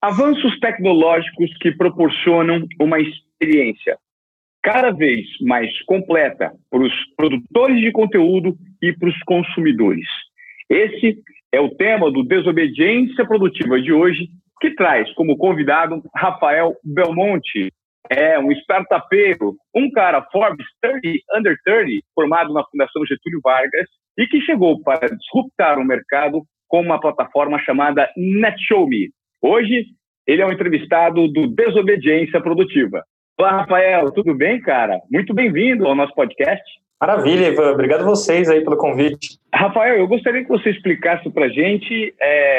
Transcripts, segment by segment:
Avanços tecnológicos que proporcionam uma experiência cada vez mais completa para os produtores de conteúdo e para os consumidores. Esse é o tema do Desobediência Produtiva de hoje, que traz como convidado Rafael Belmonte. É um startupeiro, um cara Forbes 30 Under 30, formado na Fundação Getúlio Vargas e que chegou para disruptar o mercado com uma plataforma chamada NetShowMe. Hoje, ele é um entrevistado do Desobediência Produtiva. Olá, Rafael, tudo bem, cara? Muito bem-vindo ao nosso podcast. Maravilha, Ivan. Obrigado a vocês aí pelo convite. Rafael, eu gostaria que você explicasse para a gente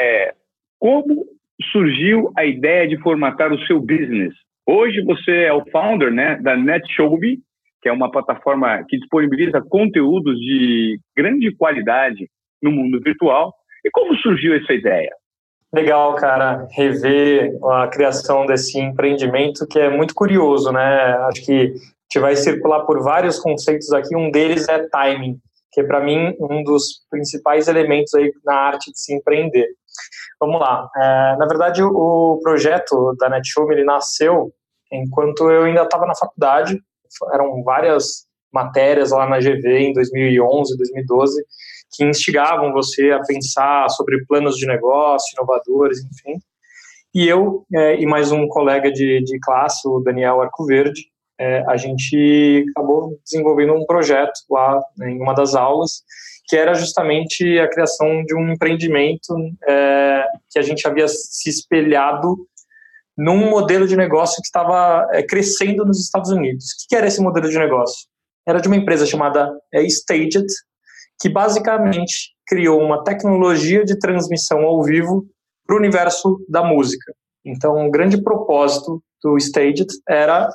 como surgiu a ideia de formatar o seu business. Hoje você é o founder, né, da NetShowMe, que é uma plataforma que disponibiliza conteúdos de grande qualidade no mundo virtual. E como surgiu essa ideia? Legal, cara, rever a criação desse empreendimento que é muito curioso, né? Acho que a gente vai circular por vários conceitos aqui. Um deles é timing, que é, para mim, um dos principais elementos aí na arte de se empreender. Vamos lá. Na verdade, o projeto da NetShowMe, ele nasceu enquanto eu ainda estava na faculdade. Eram várias matérias lá na GV em 2011, 2012, que instigavam você a pensar sobre planos de negócio, inovadores, enfim. E eu e mais um colega de classe, o Daniel Arcoverde, a gente acabou desenvolvendo um projeto lá em uma das aulas, que era justamente a criação de um empreendimento que a gente havia se espelhado num modelo de negócio que estava crescendo nos Estados Unidos. O que era esse modelo de negócio? Era de uma empresa chamada Staged, que basicamente criou uma tecnologia de transmissão ao vivo para o universo da música. Então, o grande propósito do Staged era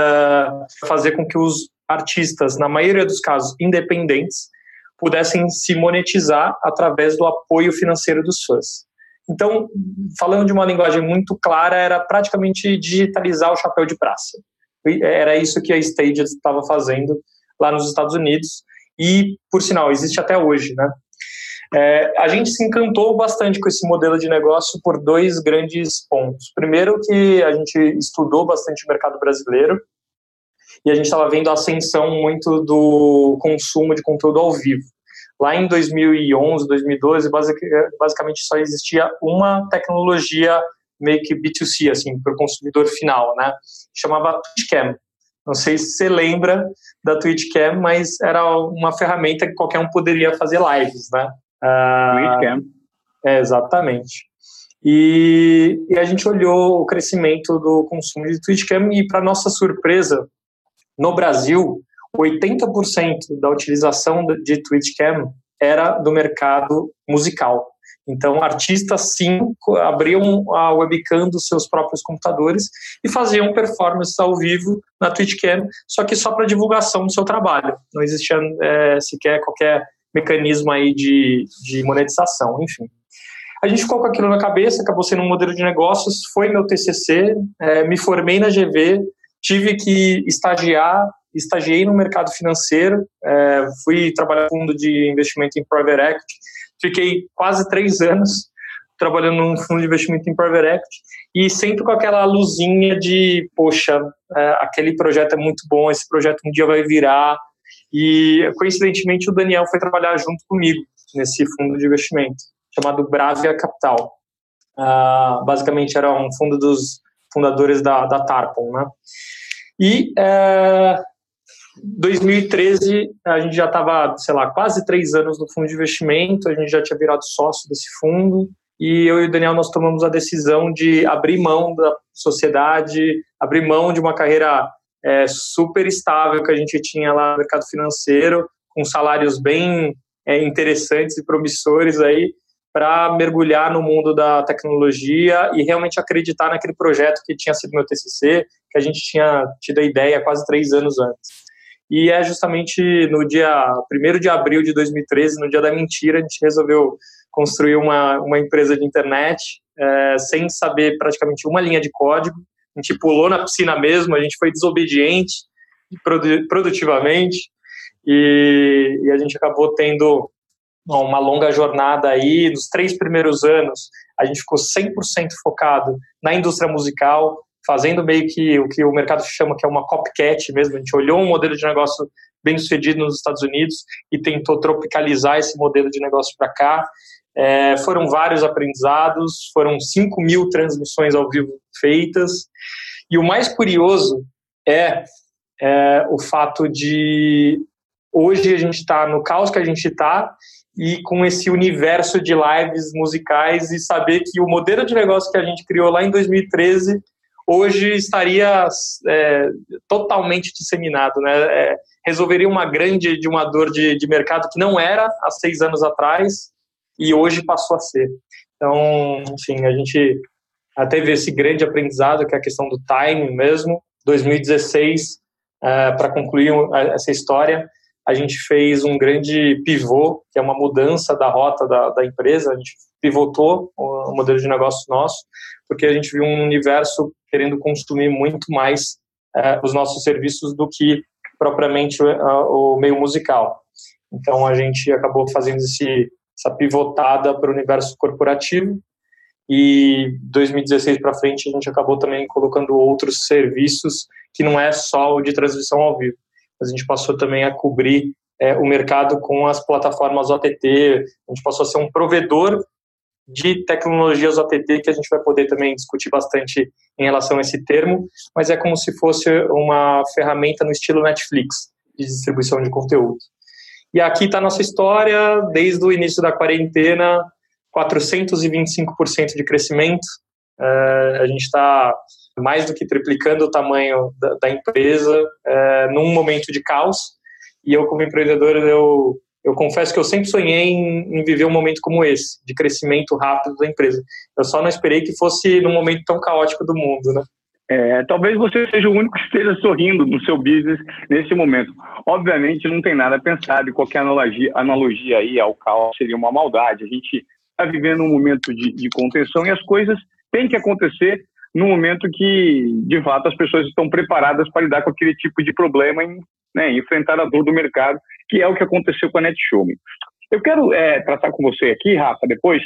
fazer com que os artistas, na maioria dos casos independentes, pudessem se monetizar através do apoio financeiro dos fãs. Então, falando de uma linguagem muito clara, era praticamente digitalizar o chapéu de praça. Era isso que a Staged estava fazendo lá nos Estados Unidos. E, por sinal, existe até hoje, né? A gente se encantou bastante com esse modelo de negócio por dois grandes pontos. Primeiro, que a gente estudou bastante o mercado brasileiro e a gente estava vendo a ascensão muito do consumo de conteúdo ao vivo. Lá em 2011, 2012, basicamente só existia uma tecnologia meio que B2C, assim, para o consumidor final, né? Chamava TwitchCam. Não sei se você lembra da TwitchCam, mas era uma ferramenta que qualquer um poderia fazer lives, né? TwitchCam. Exatamente. E a gente olhou o crescimento do consumo de TwitchCam e, para nossa surpresa, no Brasil, 80% da utilização de TwitchCam era do mercado musical. Então, artistas, sim, abriam a webcam dos seus próprios computadores e faziam performances ao vivo na TwitchCam, só que só para divulgação do seu trabalho. Não existia sequer qualquer mecanismo aí de monetização, enfim. A gente ficou com aquilo na cabeça, acabou sendo um modelo de negócios, foi meu TCC, me formei na GV, tive que estagiei no mercado financeiro, fui trabalhar no fundo de investimento em private equity, fiquei quase 3 anos trabalhando num fundo de investimento em private equity e sempre com aquela luzinha de, poxa, aquele projeto é muito bom, esse projeto um dia vai virar. E, coincidentemente, o Daniel foi trabalhar junto comigo nesse fundo de investimento, chamado Bravia Capital. Basicamente, era um fundo dos fundadores da Tarpon, né? E 2013, a gente já estava, quase 3 anos no fundo de investimento, a gente já tinha virado sócio desse fundo, e eu e o Daniel, nós tomamos a decisão de abrir mão da sociedade, abrir mão de uma carreira super estável que a gente tinha lá no mercado financeiro, com salários bem interessantes e promissores aí, para mergulhar no mundo da tecnologia e realmente acreditar naquele projeto que tinha sido meu TCC, que a gente tinha tido a ideia quase 3 anos antes. E justamente no dia 1º de abril de 2013, no dia da mentira, a gente resolveu construir uma empresa de internet sem saber praticamente uma linha de código. A gente pulou na piscina mesmo, a gente foi desobediente produtivamente e a gente acabou tendo uma longa jornada aí. Nos 3 primeiros anos, a gente ficou 100% focado na indústria musical, fazendo meio que o que o mercado chama que é uma copycat mesmo. A gente olhou um modelo de negócio bem sucedido nos Estados Unidos e tentou tropicalizar esse modelo de negócio para cá. Foram vários aprendizados, foram 5.000 transmissões ao vivo feitas, e o mais curioso é o fato de hoje a gente está no caos que a gente está e com esse universo de lives musicais, e saber que o modelo de negócio que a gente criou lá em 2013 hoje estaria totalmente disseminado, né? Resolveria uma dor de mercado que não era há 6 anos atrás e hoje passou a ser. Então, enfim, a gente teve esse grande aprendizado, que é a questão do timing mesmo. 2016, para concluir essa história, a gente fez um grande pivô, que é uma mudança da rota da empresa. A gente pivotou o modelo de negócio nosso, porque a gente viu um universo querendo consumir muito mais os nossos serviços do que propriamente o meio musical. Então, a gente acabou fazendo essa pivotada para o universo corporativo, e 2016 para frente a gente acabou também colocando outros serviços que não é só o de transmissão ao vivo. A gente passou também a cobrir o mercado com as plataformas OTT, a gente passou a ser um provedor de tecnologias OTT, que a gente vai poder também discutir bastante em relação a esse termo, mas é como se fosse uma ferramenta no estilo Netflix, de distribuição de conteúdo. E aqui está a nossa história, desde o início da quarentena, 425% de crescimento. A gente está mais do que triplicando o tamanho da empresa num momento de caos. E eu, como empreendedor, eu confesso que eu sempre sonhei em viver um momento como esse, de crescimento rápido da empresa. Eu só não esperei que fosse num momento tão caótico do mundo, né? Talvez você seja o único que esteja sorrindo no seu business nesse momento. Obviamente, não tem nada pensado, e qualquer analogia aí ao caos seria uma maldade. A gente está vivendo um momento de contenção, e as coisas têm que acontecer no momento que, de fato, as pessoas estão preparadas para lidar com aquele tipo de problema e enfrentar a dor do mercado, que é o que aconteceu com a NetShowMe. Eu quero tratar com você aqui, Rafa, depois,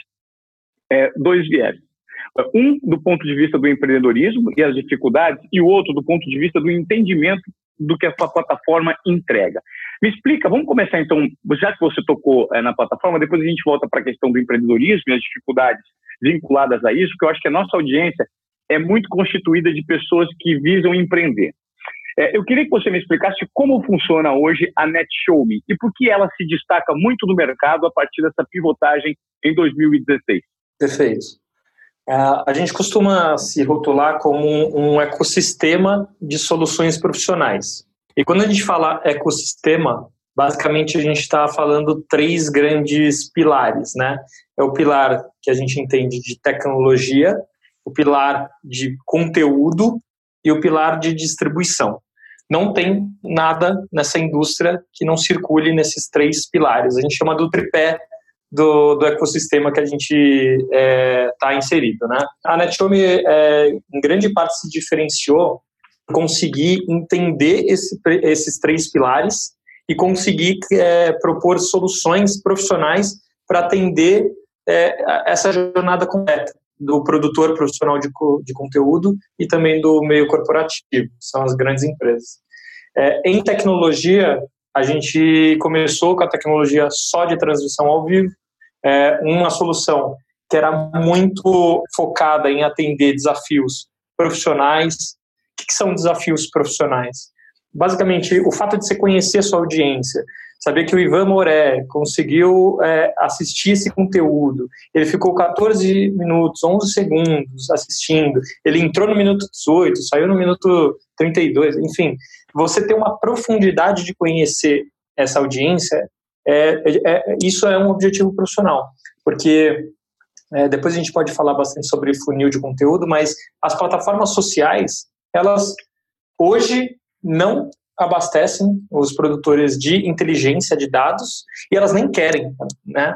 2 viés. Um, do ponto de vista do empreendedorismo e as dificuldades, e o outro, do ponto de vista do entendimento do que a sua plataforma entrega. Me explica, vamos começar então, já que você tocou na plataforma, depois a gente volta para a questão do empreendedorismo e as dificuldades vinculadas a isso, porque eu acho que a nossa audiência é muito constituída de pessoas que visam empreender. Eu queria que você me explicasse como funciona hoje a NetShowMe e por que ela se destaca muito no mercado a partir dessa pivotagem em 2016. Perfeito. A gente costuma se rotular como um ecossistema de soluções profissionais. E quando a gente fala ecossistema, basicamente a gente está falando 3 grandes pilares, né? É o pilar que a gente entende de tecnologia, o pilar de conteúdo e o pilar de distribuição. Não tem nada nessa indústria que não circule nesses 3 pilares. A gente chama do tripé do ecossistema que a gente está inserido, né? A NetShowMe, em grande parte, se diferenciou por conseguir entender esses 3 pilares e conseguir propor soluções profissionais para atender essa jornada completa do produtor profissional de conteúdo e também do meio corporativo, que são as grandes empresas. Em tecnologia, a gente começou com a tecnologia só de transmissão ao vivo, uma solução que era muito focada em atender desafios profissionais. O que são desafios profissionais? Basicamente, o fato de você conhecer a sua audiência, saber que o Ivan Moré conseguiu assistir esse conteúdo, ele ficou 14 minutos, 11 segundos assistindo, ele entrou no minuto 18, saiu no minuto 32, enfim, você ter uma profundidade de conhecer essa audiência, isso é um objetivo profissional, porque depois a gente pode falar bastante sobre funil de conteúdo, mas as plataformas sociais, elas hoje não abastecem os produtores de inteligência de dados e elas nem querem, né,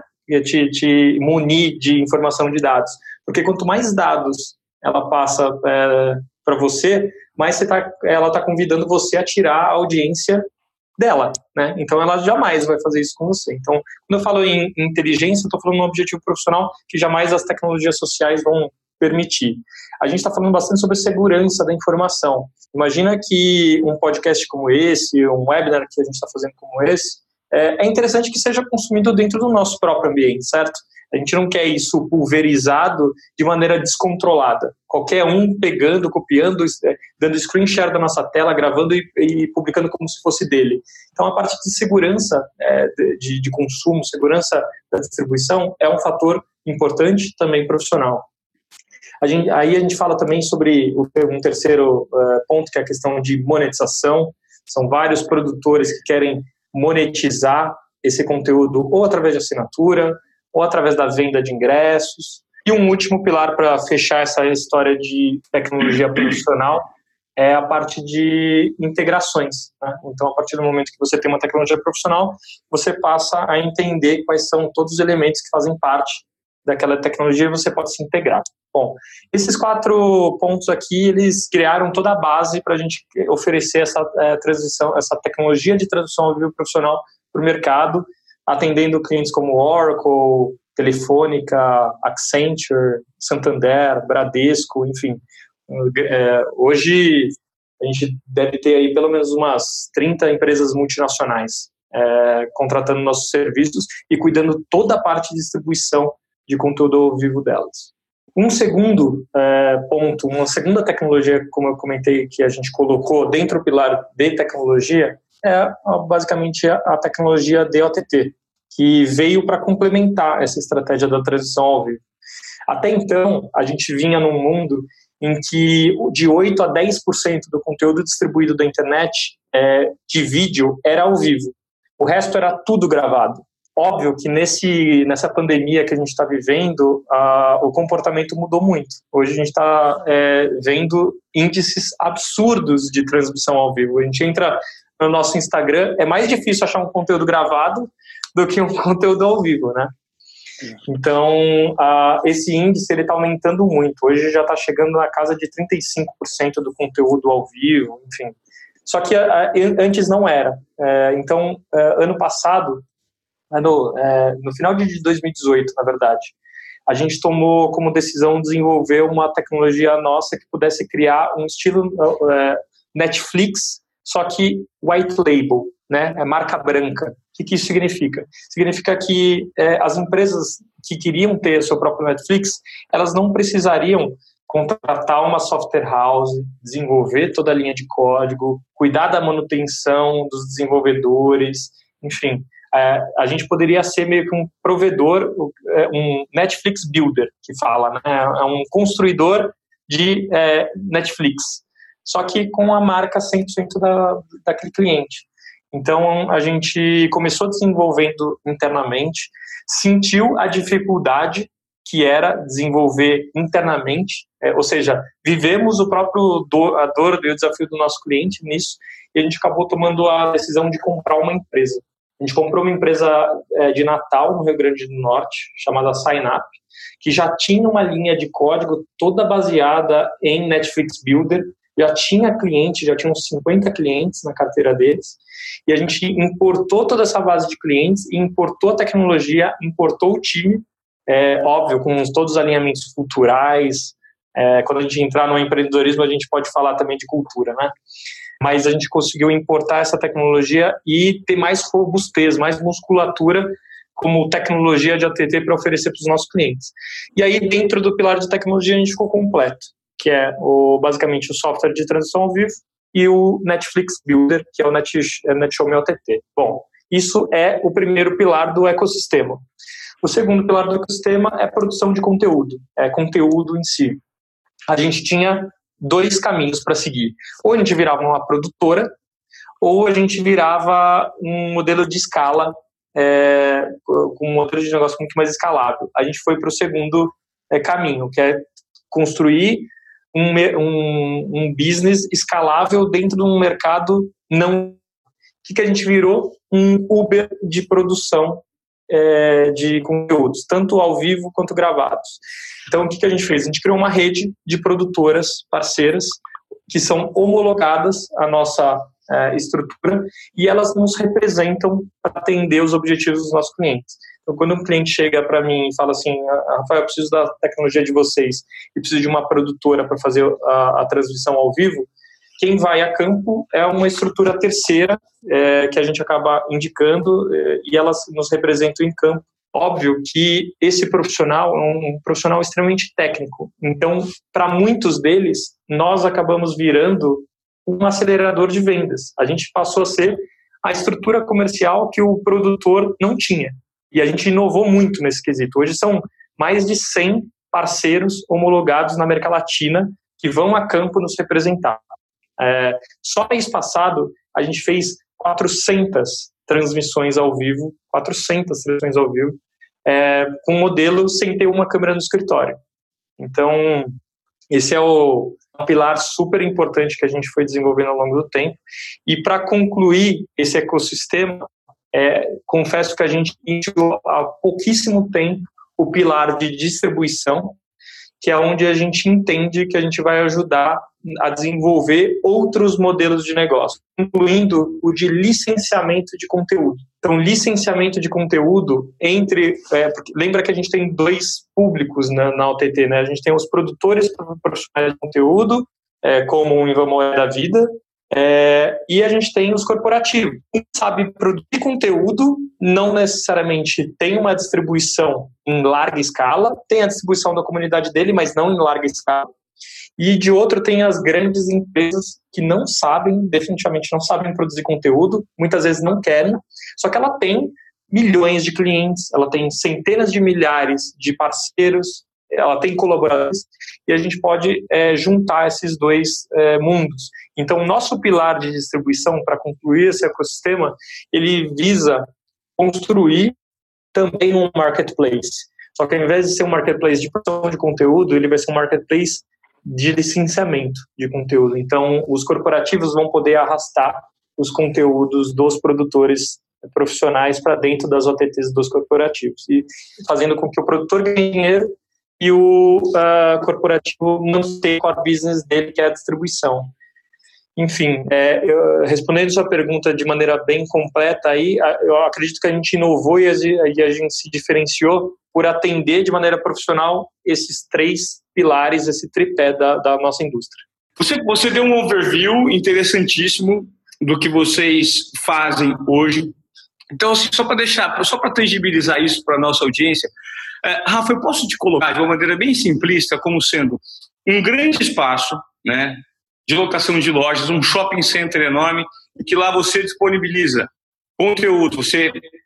te munir de informação de dados, porque quanto mais dados ela passa para você, mais ela está convidando você a tirar a audiência dela, né? Então ela jamais vai fazer isso com você. Então, quando eu falo em inteligência, eu estou falando de um objetivo profissional que jamais as tecnologias sociais vão permitir. A gente está falando bastante sobre segurança da informação. Imagina que um podcast como esse, um webinar que a gente está fazendo como esse, é interessante que seja consumido dentro do nosso próprio ambiente, certo? A gente não quer isso pulverizado de maneira descontrolada. Qualquer um pegando, copiando, dando screen share da nossa tela, gravando e publicando como se fosse dele. Então, a parte de segurança de consumo, segurança da distribuição, é um fator importante, também profissional. Aí a gente fala também sobre um terceiro ponto, que é a questão de monetização. São vários produtores que querem monetizar esse conteúdo ou através de assinatura, ou através da venda de ingressos. E um último pilar para fechar essa história de tecnologia profissional é a parte de integrações, né? Então, a partir do momento que você tem uma tecnologia profissional, você passa a entender quais são todos os elementos que fazem parte daquela tecnologia e você pode se integrar. Bom, esses 4 pontos aqui, eles criaram toda a base para a gente oferecer essa transição, essa tecnologia de tradução ao vivo profissional para o mercado, atendendo clientes como Oracle, Telefônica, Accenture, Santander, Bradesco, enfim. Hoje a gente deve ter aí pelo menos umas 30 empresas multinacionais contratando nossos serviços e cuidando toda a parte de distribuição de conteúdo ao vivo delas. Um segundo ponto, uma segunda tecnologia, como eu comentei, que a gente colocou dentro do pilar de tecnologia, é basicamente a tecnologia DOTT, que veio para complementar essa estratégia da transição ao vivo. Até então, a gente vinha num mundo em que de 8% a 10% do conteúdo distribuído da internet de vídeo era ao vivo. O resto era tudo gravado. Óbvio que nessa pandemia que a gente está vivendo, o comportamento mudou muito. Hoje a gente está vendo índices absurdos de transmissão ao vivo. A gente entra no nosso Instagram, é mais difícil achar um conteúdo gravado do que um conteúdo ao vivo, né? Então, esse índice está aumentando muito. Hoje já está chegando na casa de 35% do conteúdo ao vivo, enfim. Só que antes não era. Então, ano passado, no final de 2018, na verdade, a gente tomou como decisão desenvolver uma tecnologia nossa que pudesse criar um estilo Netflix, só que white label, né? É marca branca. O que isso significa? Significa que as empresas que queriam ter seu próprio Netflix, elas não precisariam contratar uma software house, desenvolver toda a linha de código, cuidar da manutenção dos desenvolvedores, enfim. A gente poderia ser meio que um provedor, um Netflix builder, que fala, né? É um construidor de Netflix, só que com a marca 100% daquele cliente. Então, a gente começou desenvolvendo internamente, sentiu a dificuldade que era desenvolver internamente, ou seja, vivemos a dor e o desafio do nosso cliente nisso, e a gente acabou tomando a decisão de comprar uma empresa. A gente comprou uma empresa de Natal, no Rio Grande do Norte, chamada SignUp, que já tinha uma linha de código toda baseada em Netflix Builder, já tinha uns 50 clientes na carteira deles, e a gente importou toda essa base de clientes, importou a tecnologia, importou o time, óbvio, com todos os alinhamentos culturais. Quando a gente entrar no empreendedorismo, a gente pode falar também de cultura, né? Mas a gente conseguiu importar essa tecnologia e ter mais robustez, mais musculatura como tecnologia de OTT para oferecer para os nossos clientes. E aí, dentro do pilar de tecnologia, a gente ficou completo, que é basicamente o software de transição ao vivo e o Netflix Builder, que é o NetShowMe OTT. Bom, isso é o primeiro pilar do ecossistema. O segundo pilar do ecossistema é a produção de conteúdo, conteúdo em si. A gente tinha 2 caminhos para seguir. Ou a gente virava uma produtora, ou a gente virava um modelo de escala, com um modelo de negócio muito mais escalável. A gente foi para o segundo caminho, que é construir um business escalável dentro de um mercado não... O que a gente virou? Um Uber de produção de conteúdos, tanto ao vivo quanto gravados. Então, o que a gente fez? A gente criou uma rede de produtoras parceiras que são homologadas à nossa estrutura, e elas nos representam para atender os objetivos dos nossos clientes. Então, quando um cliente chega para mim e fala assim, Rafael, eu preciso da tecnologia de vocês e preciso de uma produtora para fazer a transmissão ao vivo, quem vai a campo é uma estrutura terceira que a gente acaba indicando e elas nos representam em campo. Óbvio que esse profissional é um profissional extremamente técnico. Então, para muitos deles, nós acabamos virando um acelerador de vendas. A gente passou a ser a estrutura comercial que o produtor não tinha. E a gente inovou muito nesse quesito. Hoje são mais de 100 parceiros homologados na América Latina que vão a campo nos representar. Só mês passado, a gente fez 400 transmissões ao vivo, com um modelo sem ter uma câmera no escritório. Então, esse é um pilar super importante que a gente foi desenvolvendo ao longo do tempo. E para concluir esse ecossistema, confesso que a gente iniciou há pouquíssimo tempo o pilar de distribuição, que é onde a gente entende que a gente vai ajudar a desenvolver outros modelos de negócio, incluindo o de licenciamento de conteúdo. Então, licenciamento de conteúdo porque lembra que a gente tem dois públicos na OTT, né? A gente tem os produtores profissionais de conteúdo, como o Invamor da vida, e a gente tem os corporativos. Quem sabe produzir conteúdo não necessariamente tem uma distribuição em larga escala, tem a distribuição da comunidade dele, mas não em larga escala. E de outro tem as grandes empresas que definitivamente não sabem produzir conteúdo, muitas vezes não querem, só que ela tem milhões de clientes, ela tem centenas de milhares de parceiros, ela tem colaboradores, e a gente pode juntar esses dois mundos. Então, o nosso pilar de distribuição, para concluir esse ecossistema, ele visa construir também um marketplace. Só que ao invés de ser um marketplace de produção de conteúdo, ele vai ser um marketplace de licenciamento de conteúdo. Então, os corporativos vão poder arrastar os conteúdos dos produtores profissionais para dentro das OTTs dos corporativos, e fazendo com que o produtor ganhe dinheiro e o corporativo não tenha o core business dele, que é a distribuição. Enfim, respondendo sua pergunta de maneira bem completa, aí, eu acredito que a gente inovou e a gente se diferenciou por atender de maneira profissional esses três pilares, esse tripé da nossa indústria. Você deu um overview interessantíssimo do que vocês fazem hoje. Então, assim, só para tangibilizar isso para a nossa audiência, Rafa, eu posso te colocar de uma maneira bem simplista como sendo um grande espaço, né, de locação de lojas, um shopping center enorme, e que lá você disponibiliza conteúdo, você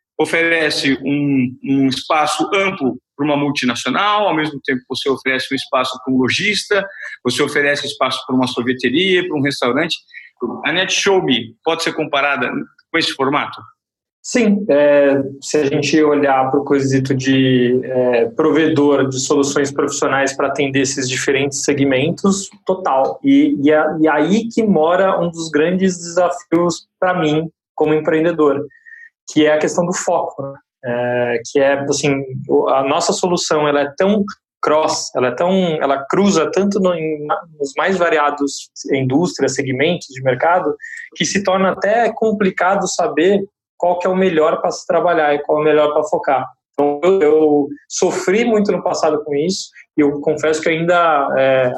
oferece um espaço amplo para uma multinacional, ao mesmo tempo você oferece um espaço para um lojista, você oferece espaço para uma sorveteria, para um restaurante. A NetShowMe pode ser comparada com esse formato? Sim, se a gente olhar para o quesito de provedor de soluções profissionais para atender esses diferentes segmentos, total. E aí que mora um dos grandes desafios para mim como empreendedor, que é a questão do foco, né? Que é, assim, a nossa solução ela é tão cross, ela cruza tanto nos mais variados indústrias, segmentos de mercado, que se torna até complicado saber qual que é o melhor para se trabalhar e qual é o melhor para focar. Então, eu sofri muito no passado com isso, e eu confesso que ainda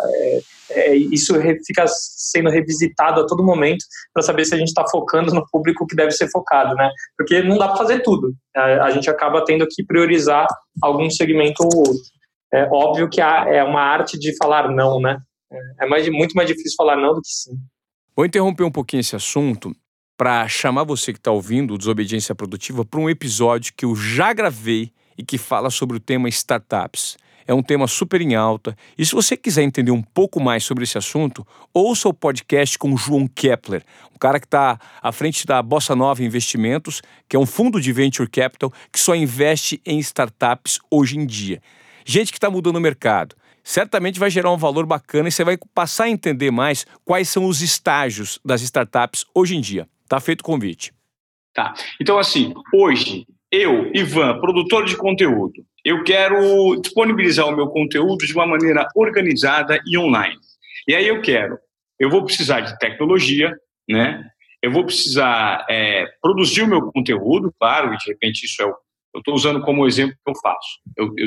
isso fica sendo revisitado a todo momento para saber se a gente está focando no público que deve ser focado, né? Porque não dá para fazer tudo. A gente acaba tendo que priorizar algum segmento ou outro. É óbvio que é uma arte de falar não, né? Muito mais difícil falar não do que sim. Vou interromper um pouquinho esse assunto para chamar você que está ouvindo o Desobediência Produtiva para um episódio que eu já gravei e que fala sobre o tema startups. É um tema super em alta, e se você quiser entender um pouco mais sobre esse assunto, ouça o podcast com o João Kepler, um cara que está à frente da Bossa Nova Investimentos, que é um fundo de venture capital que só investe em startups hoje em dia. Gente que está mudando o mercado. Certamente vai gerar um valor bacana e você vai passar a entender mais quais são os estágios das startups hoje em dia. Tá feito o convite. Tá. Então, assim, hoje, eu, Ivan, produtor de conteúdo, eu quero disponibilizar o meu conteúdo de uma maneira organizada e online. E aí eu vou precisar de tecnologia, né? eu vou precisar produzir o meu conteúdo, claro, e de repente isso eu estou usando como exemplo que eu faço.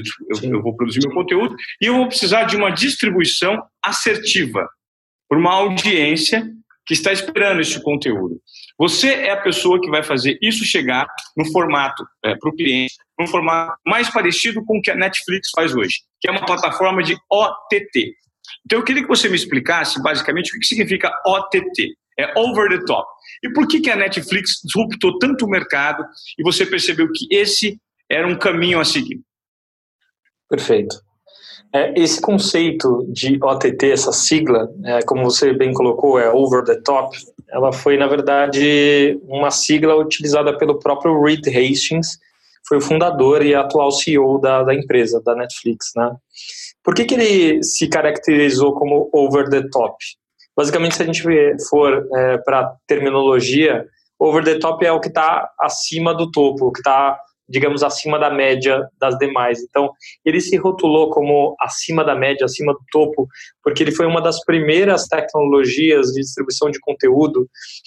Eu vou produzir meu conteúdo e eu vou precisar de uma distribuição assertiva para uma audiência que está esperando esse conteúdo. Você é a pessoa que vai fazer isso chegar no formato para o cliente, num formato mais parecido com o que a Netflix faz hoje, que é uma plataforma de OTT. Então, eu queria que você me explicasse, basicamente, o que significa OTT. É over the top. E por que a Netflix disruptou tanto o mercado e você percebeu que esse era um caminho a seguir? Perfeito. Esse conceito de OTT, essa sigla, como você bem colocou, é over the top, ela foi, na verdade, uma sigla utilizada pelo próprio Reed Hastings, foi o fundador e atual CEO da empresa, da Netflix, né? Por que ele se caracterizou como over the top? Basicamente, se a gente for para terminologia, over the top é o que está acima do topo, o que está, digamos, acima da média das demais. Então, ele se rotulou como acima da média, acima do topo, porque ele foi uma das primeiras tecnologias de distribuição de conteúdo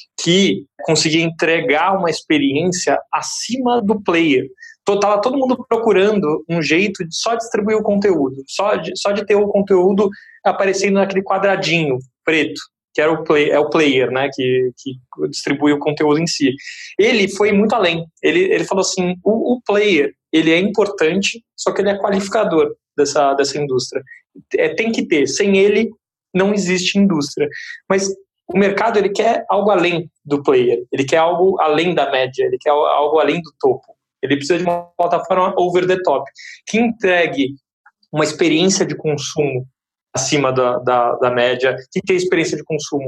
que conseguia entregar uma experiência acima do player. Estava todo mundo procurando um jeito de só distribuir o conteúdo, só de ter o conteúdo aparecendo naquele quadradinho preto, que era o player, né, que distribui o conteúdo em si. Ele foi muito além. Ele falou assim, o player, ele é importante, só que ele é qualificador dessa indústria. Tem que ter. Sem ele, não existe indústria. Mas o mercado, ele quer algo além do player. Ele quer algo além da média. Ele quer algo além do topo. Ele precisa de uma plataforma over the top, que entregue uma experiência de consumo acima da média, que tem experiência de consumo,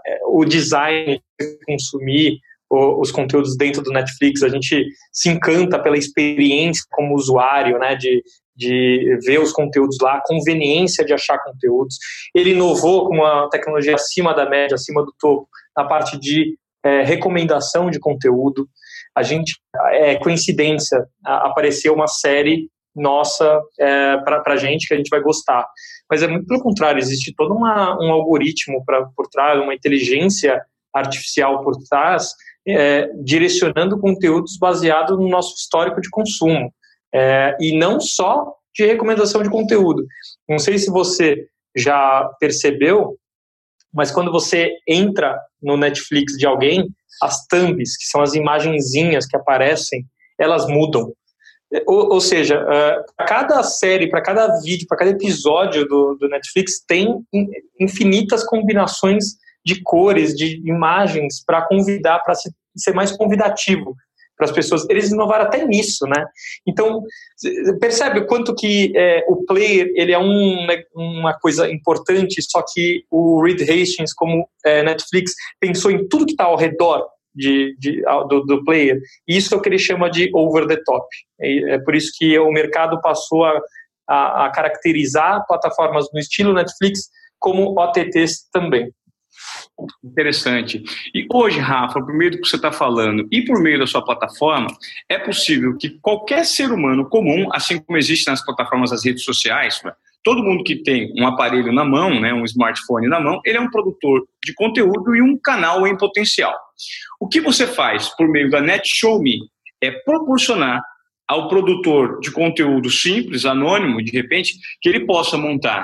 o design de consumir os conteúdos dentro do Netflix, a gente se encanta pela experiência como usuário, né, de ver os conteúdos lá, a conveniência de achar conteúdos. Ele inovou com uma tecnologia acima da média, acima do topo, na parte de recomendação de conteúdo. A gente, coincidência, apareceu uma série nossa para a gente que a gente vai gostar. Mas é muito pelo contrário, existe todo um algoritmo por trás, uma inteligência artificial por trás, direcionando conteúdos baseados no nosso histórico de consumo. E não só de recomendação de conteúdo. Não sei se você já percebeu, mas quando você entra no Netflix de alguém, as thumbs, que são as imagenzinhas que aparecem, elas mudam. Ou seja, para cada série, para cada vídeo, para cada episódio do Netflix, tem infinitas combinações de cores, de imagens, para convidar, para ser mais convidativo para as pessoas. Eles inovaram até nisso, né? Então, percebe o quanto que o player, ele é uma coisa importante, só que o Reed Hastings, como Netflix, pensou em tudo que está ao redor do player, e isso é o que ele chama de over the top. É por isso que o mercado passou a caracterizar plataformas no estilo Netflix como OTTs também. Interessante. E hoje, Rafa, por meio do que você está falando e por meio da sua plataforma, é possível que qualquer ser humano comum, assim como existe nas plataformas das redes sociais, todo mundo que tem um aparelho na mão, né, um smartphone na mão, ele é um produtor de conteúdo e um canal em potencial. O que você faz por meio da NetShowMe é proporcionar ao produtor de conteúdo simples, anônimo, de repente, que ele possa montar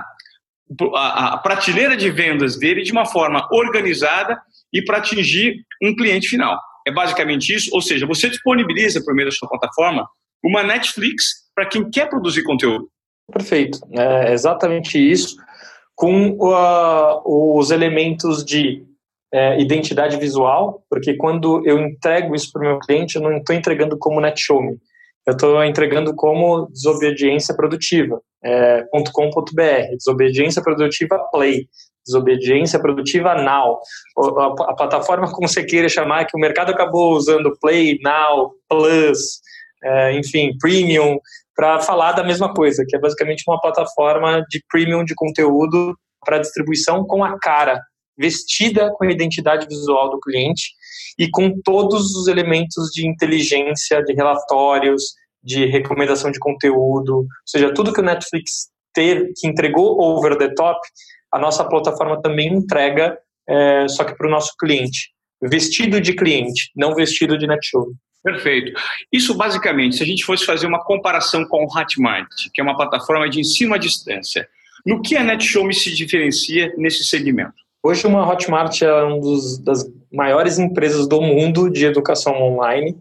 a prateleira de vendas dele de uma forma organizada e para atingir um cliente final. É basicamente isso, ou seja, você disponibiliza por meio da sua plataforma uma Netflix para quem quer produzir conteúdo. Perfeito, é exatamente isso, com os elementos de identidade visual, porque quando eu entrego isso para o meu cliente, eu não estou entregando como NetShowMe, eu estou entregando como desobediência produtiva, .com.br, desobediência produtiva Play, desobediência produtiva Now. A plataforma, como você queira chamar, que o mercado acabou usando Play, Now, Plus, enfim, Premium, para falar da mesma coisa, que é basicamente uma plataforma de premium de conteúdo para distribuição com a cara, vestida com a identidade visual do cliente e com todos os elementos de inteligência, de relatórios, de recomendação de conteúdo, ou seja, tudo que o Netflix que entregou over the top, a nossa plataforma também entrega, só que para o nosso cliente, vestido de cliente, não vestido de NetShowme. Perfeito. Isso basicamente, se a gente fosse fazer uma comparação com o Hotmart, que é uma plataforma de ensino à distância, no que a NetShowme se diferencia nesse segmento? Hoje uma Hotmart é uma das maiores empresas do mundo de educação online.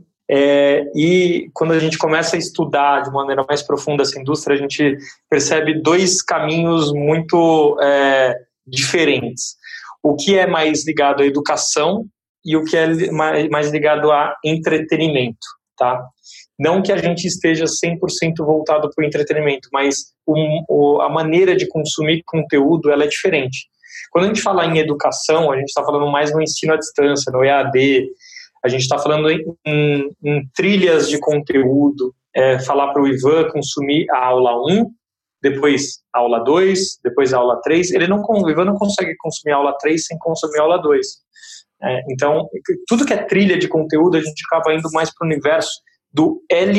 E quando a gente começa a estudar de maneira mais profunda essa indústria, a gente percebe dois caminhos muito diferentes. O que é mais ligado à educação e o que é mais ligado a entretenimento, tá? Não que a gente esteja 100% voltado para o entretenimento, mas a maneira de consumir conteúdo ela é diferente. Quando a gente fala em educação, a gente está falando mais no ensino à distância, no EAD, a gente está falando em trilhas de conteúdo, falar para o Ivan consumir a aula 1, depois a aula 2, depois a aula 3. O Ivan não consegue consumir a aula 3 sem consumir a aula 2. Então, tudo que é trilha de conteúdo, a gente acaba indo mais para o universo do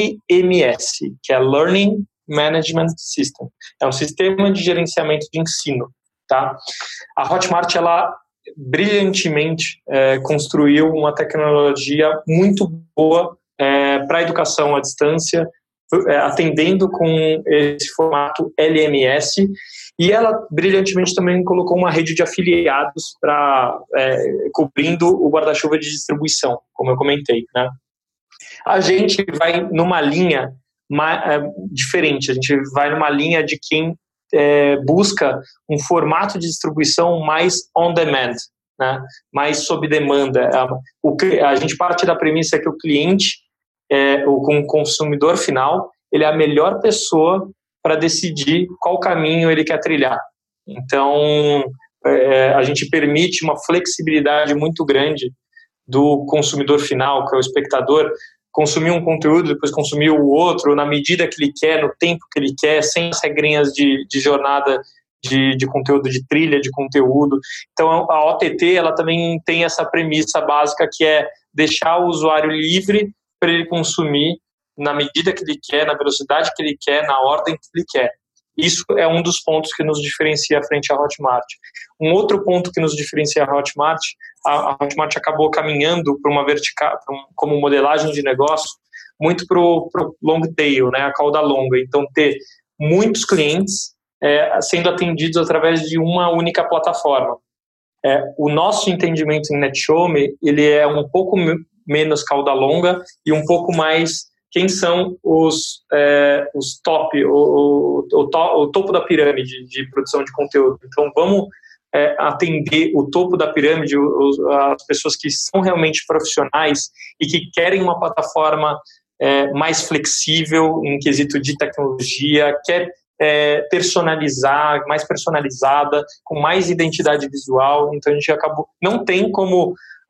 LMS, que é Learning Management System. É um sistema de gerenciamento de ensino, tá? A Hotmart, ela brilhantemente construiu uma tecnologia muito boa para a educação à distância, atendendo com esse formato LMS, e ela brilhantemente também colocou uma rede de afiliados cobrindo o guarda-chuva de distribuição, como eu comentei, né? A gente vai numa linha diferente, a gente vai numa linha de quem busca um formato de distribuição mais on demand, né? Mais sob demanda. A gente parte da premissa que o cliente, o consumidor final, ele é a melhor pessoa para decidir qual caminho ele quer trilhar. Então, a gente permite uma flexibilidade muito grande do consumidor final, que é o espectador, consumir um conteúdo, depois consumir o outro, na medida que ele quer, no tempo que ele quer, sem as regrinhas de jornada de conteúdo, de trilha de conteúdo. Então, a OTT, ela também tem essa premissa básica, que é deixar o usuário livre para ele consumir na medida que ele quer, na velocidade que ele quer, na ordem que ele quer. Isso é um dos pontos que nos diferencia frente à Hotmart. Um outro ponto que nos diferencia a Hotmart acabou caminhando para uma vertical, como modelagem de negócio, muito para o long tail, né, a cauda longa. Então, ter muitos clientes sendo atendidos através de uma única plataforma. O nosso entendimento em NetShowme, ele é um pouco menos cauda longa e um pouco mais quem são os top, o topo da pirâmide de produção de conteúdo. Então, vamos atender o topo da pirâmide, as pessoas que são realmente profissionais e que querem uma plataforma mais flexível em quesito de tecnologia, quer personalizar, mais personalizada, com mais identidade visual. Então, a gente acabou... Não tem como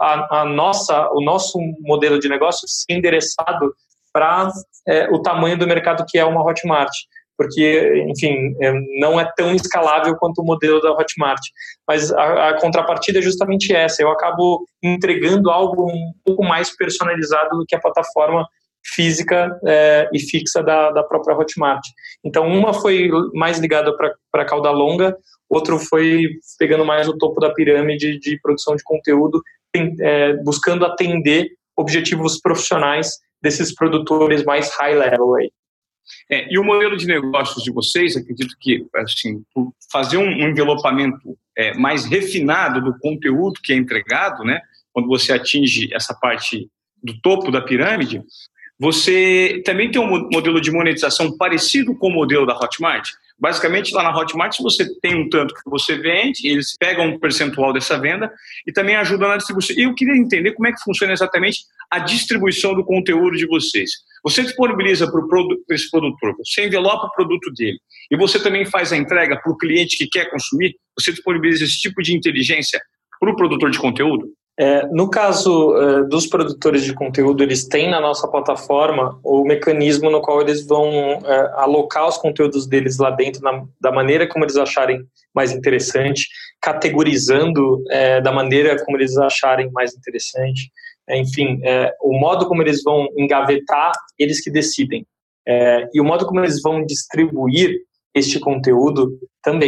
o nosso modelo de negócio ser endereçado para o tamanho do mercado que é uma Hotmart, porque, enfim, não é tão escalável quanto o modelo da Hotmart. Mas a contrapartida é justamente essa, eu acabo entregando algo um pouco mais personalizado do que a plataforma física e fixa da própria Hotmart. Então, uma foi mais ligada para a cauda longa, outro foi pegando mais o topo da pirâmide de produção de conteúdo, buscando atender objetivos profissionais desses produtores mais high level aí. E o modelo de negócios de vocês, acredito que, assim, fazer um envelopamento mais refinado do conteúdo que é entregado, né, quando você atinge essa parte do topo da pirâmide, você também tem um modelo de monetização parecido com o modelo da Hotmart? Basicamente, lá na Hotmart, você tem um tanto que você vende, eles pegam um percentual dessa venda e também ajudam na distribuição. E eu queria entender como é que funciona exatamente a distribuição do conteúdo de vocês. Você disponibiliza para esse produtor, você envelopa o produto dele e você também faz a entrega para o cliente que quer consumir, você disponibiliza esse tipo de inteligência para o produtor de conteúdo? No caso dos produtores de conteúdo, eles têm na nossa plataforma o mecanismo no qual eles vão alocar os conteúdos deles lá dentro da maneira como eles acharem mais interessante, categorizando da maneira como eles acharem mais interessante. Enfim, o modo como eles vão engavetar, eles que decidem. E o modo como eles vão distribuir este conteúdo também.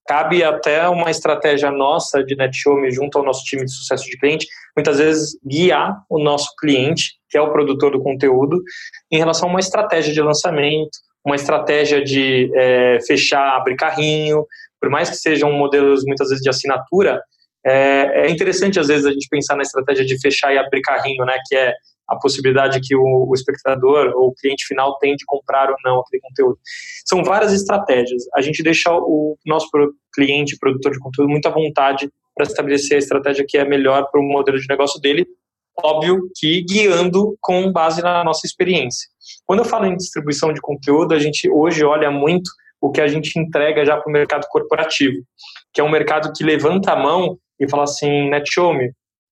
cabe até uma estratégia nossa de NetShowMe junto ao nosso time de sucesso de cliente, muitas vezes guiar o nosso cliente, que é o produtor do conteúdo, em relação a uma estratégia de lançamento, uma estratégia de fechar, abrir carrinho, por mais que sejam modelos muitas vezes de assinatura, é interessante às vezes a gente pensar na estratégia de fechar e abrir carrinho, né, que é a possibilidade que o espectador ou o cliente final tem de comprar ou não aquele conteúdo. São várias estratégias. A gente deixa o nosso cliente, produtor de conteúdo, muito à vontade para estabelecer a estratégia que é melhor para o modelo de negócio dele, óbvio que guiando com base na nossa experiência. Quando eu falo em distribuição de conteúdo, a gente hoje olha muito o que a gente entrega já para o mercado corporativo, que é um mercado que levanta a mão e fala assim, NetShowMe,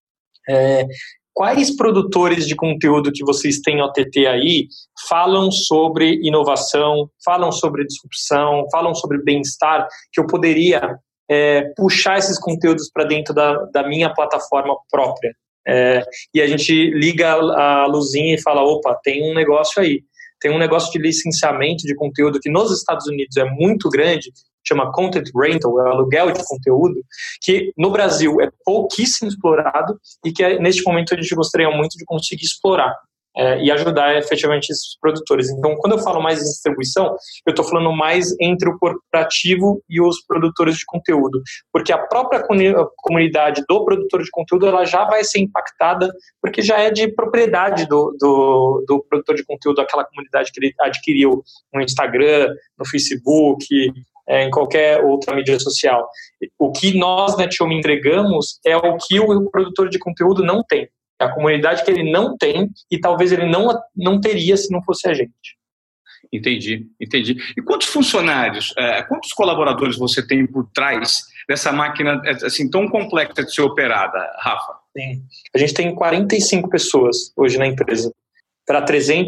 quais produtores de conteúdo que vocês têm OTT aí falam sobre inovação, falam sobre disrupção, falam sobre bem-estar, que eu poderia puxar esses conteúdos para dentro da minha plataforma própria. E a gente liga a luzinha e fala, opa, tem um negócio aí. Tem um negócio de licenciamento de conteúdo que nos Estados Unidos é muito grande, chama Content Rental, é aluguel de conteúdo, que no Brasil é pouquíssimo explorado e que neste momento a gente gostaria muito de conseguir explorar e ajudar efetivamente esses produtores. Então, quando eu falo mais em distribuição, eu estou falando mais entre o corporativo e os produtores de conteúdo, porque a própria comunidade do produtor de conteúdo ela já vai ser impactada, porque já é de propriedade do produtor de conteúdo, aquela comunidade que ele adquiriu no Instagram, no Facebook, em qualquer outra mídia social. O que nós, NetShowMe, entregamos é o que o produtor de conteúdo não tem. É a comunidade que ele não tem e talvez ele não teria se não fosse a gente. Entendi. E quantos funcionários, quantos colaboradores você tem por trás dessa máquina assim, tão complexa de ser operada, Rafa? Sim. A gente tem 45 pessoas hoje na empresa, para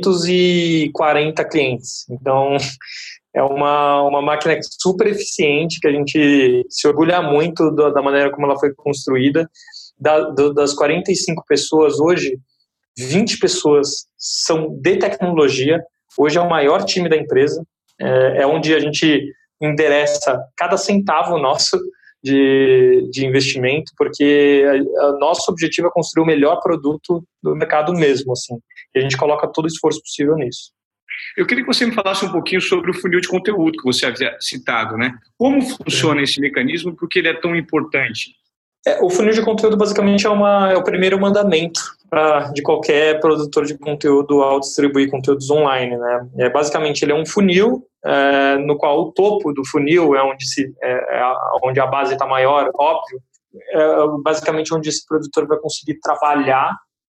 340 clientes. Então, é uma máquina super eficiente, que a gente se orgulha muito da maneira como ela foi construída. Das 45 pessoas hoje, 20 pessoas são de tecnologia. Hoje é o maior time da empresa. É onde a gente endereça cada centavo nosso de investimento, porque nosso objetivo é construir o melhor produto do mercado mesmo, assim. E a gente coloca todo o esforço possível nisso. Eu queria que você me falasse um pouquinho sobre o funil de conteúdo que você havia citado, né? Como funciona esse mecanismo e por que ele é tão importante? O funil de conteúdo basicamente é o primeiro mandamento de qualquer produtor de conteúdo ao distribuir conteúdos online, né? Basicamente ele é um funil no qual o topo do funil é onde a base está maior, óbvio, basicamente onde esse produtor vai conseguir trabalhar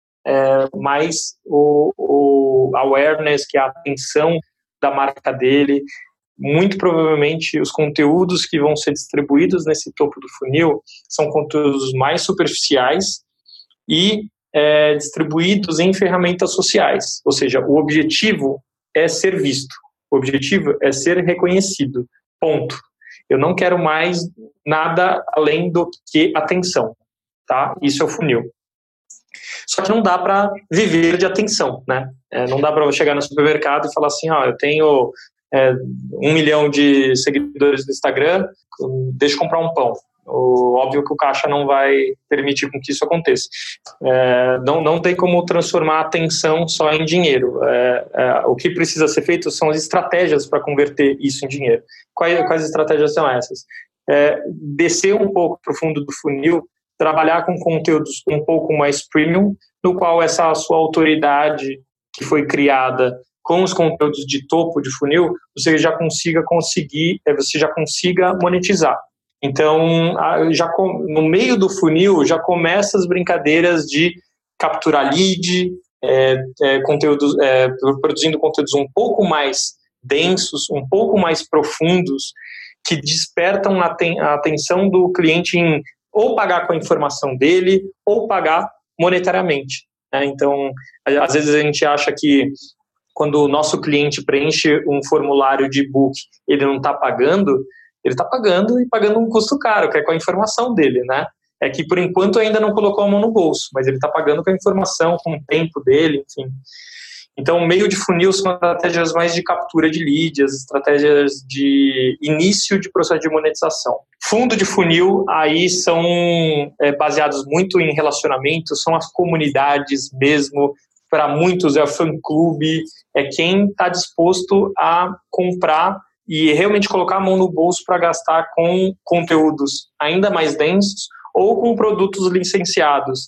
mais o awareness, que é a atenção da marca dele. Muito provavelmente os conteúdos que vão ser distribuídos nesse topo do funil são conteúdos mais superficiais e distribuídos em ferramentas sociais, ou seja, o objetivo é ser visto, o objetivo é ser reconhecido, ponto. Eu não quero mais nada além do que atenção, tá? Isso é o funil. Só que não dá para viver de atenção, né? Não dá para chegar no supermercado e falar assim, eu tenho 1 milhão de seguidores no Instagram, deixa eu comprar um pão. Óbvio que o caixa não vai permitir com que isso aconteça. Não tem como transformar a atenção só em dinheiro. O que precisa ser feito são as estratégias para converter isso em dinheiro. Quais estratégias são essas? Descer um pouco para o fundo do funil, trabalhar com conteúdos um pouco mais premium, no qual essa sua autoridade que foi criada com os conteúdos de topo de funil, você já consiga monetizar. Então, no meio do funil, já começa as brincadeiras de capturar lead, produzindo conteúdos um pouco mais densos, um pouco mais profundos, que despertam a atenção do cliente em ou pagar com a informação dele, ou pagar monetariamente. Então, às vezes a gente acha que quando o nosso cliente preenche um formulário de e-book, ele não está pagando, ele está pagando e pagando um custo caro, que é com a informação dele, né? É que, por enquanto, ainda não colocou a mão no bolso, mas ele está pagando com a informação, com o tempo dele, enfim. Então, meio de funil são estratégias mais de captura de leads, estratégias de início de processo de monetização. Fundo de funil, aí são baseados muito em relacionamento, são as comunidades mesmo. Para muitos é o fã-clube, é quem está disposto a comprar e realmente colocar a mão no bolso para gastar com conteúdos ainda mais densos ou com produtos licenciados.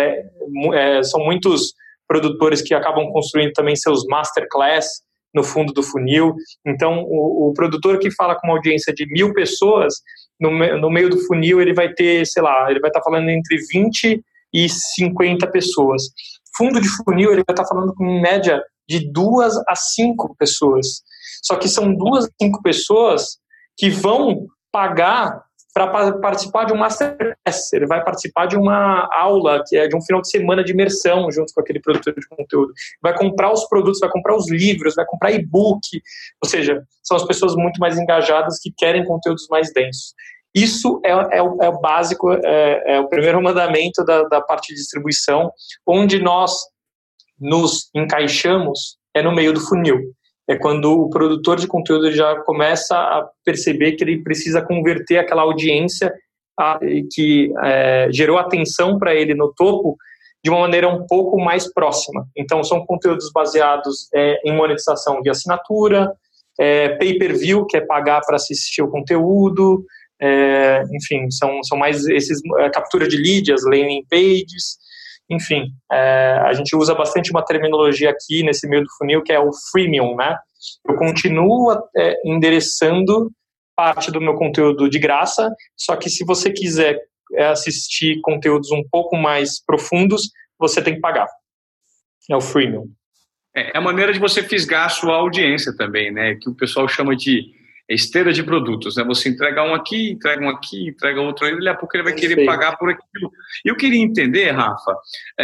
São muitos produtores que acabam construindo também seus masterclass no fundo do funil. Então, o produtor que fala com uma audiência de 1.000 pessoas, no meio do funil ele vai ter, ele vai estar falando entre 20 e 50 pessoas. Fundo de funil, ele vai estar falando com, em média, de 2 a 5 pessoas. Só que são 2 a 5 pessoas que vão pagar para participar de um masterclass. Ele vai participar de uma aula, que é de um final de semana de imersão junto com aquele produtor de conteúdo. Vai comprar os produtos, vai comprar os livros, vai comprar e-book. Ou seja, são as pessoas muito mais engajadas que querem conteúdos mais densos. Isso é o básico, é o primeiro mandamento da parte de distribuição, onde nós nos encaixamos no meio do funil. É quando o produtor de conteúdo já começa a perceber que ele precisa converter aquela audiência que gerou atenção para ele no topo de uma maneira um pouco mais próxima. Então, são conteúdos baseados em monetização de assinatura, pay-per-view, que é pagar para assistir o conteúdo, enfim, são mais esses, captura de leads, as landing pages, enfim, a gente usa bastante uma terminologia aqui nesse meio do funil que é o freemium, né? Eu continuo endereçando parte do meu conteúdo de graça, só que se você quiser assistir conteúdos um pouco mais profundos, você tem que pagar. É o freemium. É a maneira de você fisgar a sua audiência também, né? Que o pessoal chama de esteira de produtos, né? Você entrega um aqui, entrega outro ali, daqui a pouco ele vai querer pagar por aquilo. E eu queria entender, Rafa,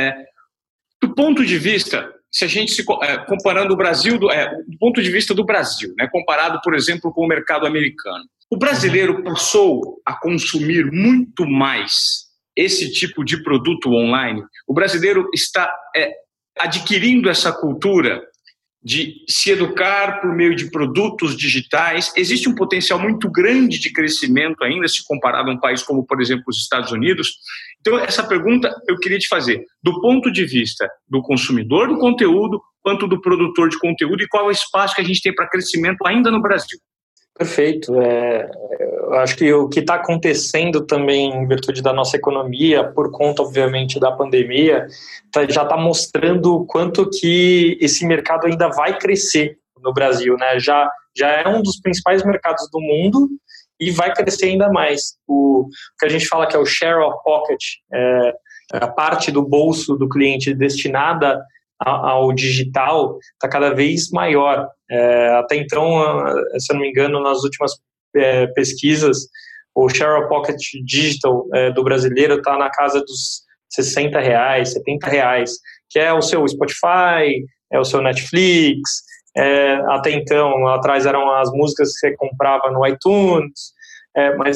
do ponto de vista, se a gente comparando o Brasil, do ponto de vista do Brasil, né? Comparado, por exemplo, com o mercado americano. O brasileiro passou a consumir muito mais esse tipo de produto online. O brasileiro está adquirindo essa cultura de se educar por meio de produtos digitais. Existe um potencial muito grande de crescimento ainda, se comparado a um país como, por exemplo, os Estados Unidos. Então, essa pergunta eu queria te fazer, do ponto de vista do consumidor do conteúdo, quanto do produtor de conteúdo, e qual é o espaço que a gente tem para crescimento ainda no Brasil? Perfeito. Eu acho que o que está acontecendo também em virtude da nossa economia, por conta, obviamente, da pandemia, já está mostrando o quanto que esse mercado ainda vai crescer no Brasil, né? Já é um dos principais mercados do mundo e vai crescer ainda mais. O que a gente fala que é o share of pocket, a parte do bolso do cliente destinada ao digital está cada vez maior. Até então, se eu não me engano, nas últimas pesquisas, o share of pocket digital do brasileiro está na casa dos R$60, R$70, que é o seu Spotify, é o seu Netflix. Até então, lá atrás eram as músicas que você comprava no iTunes, mas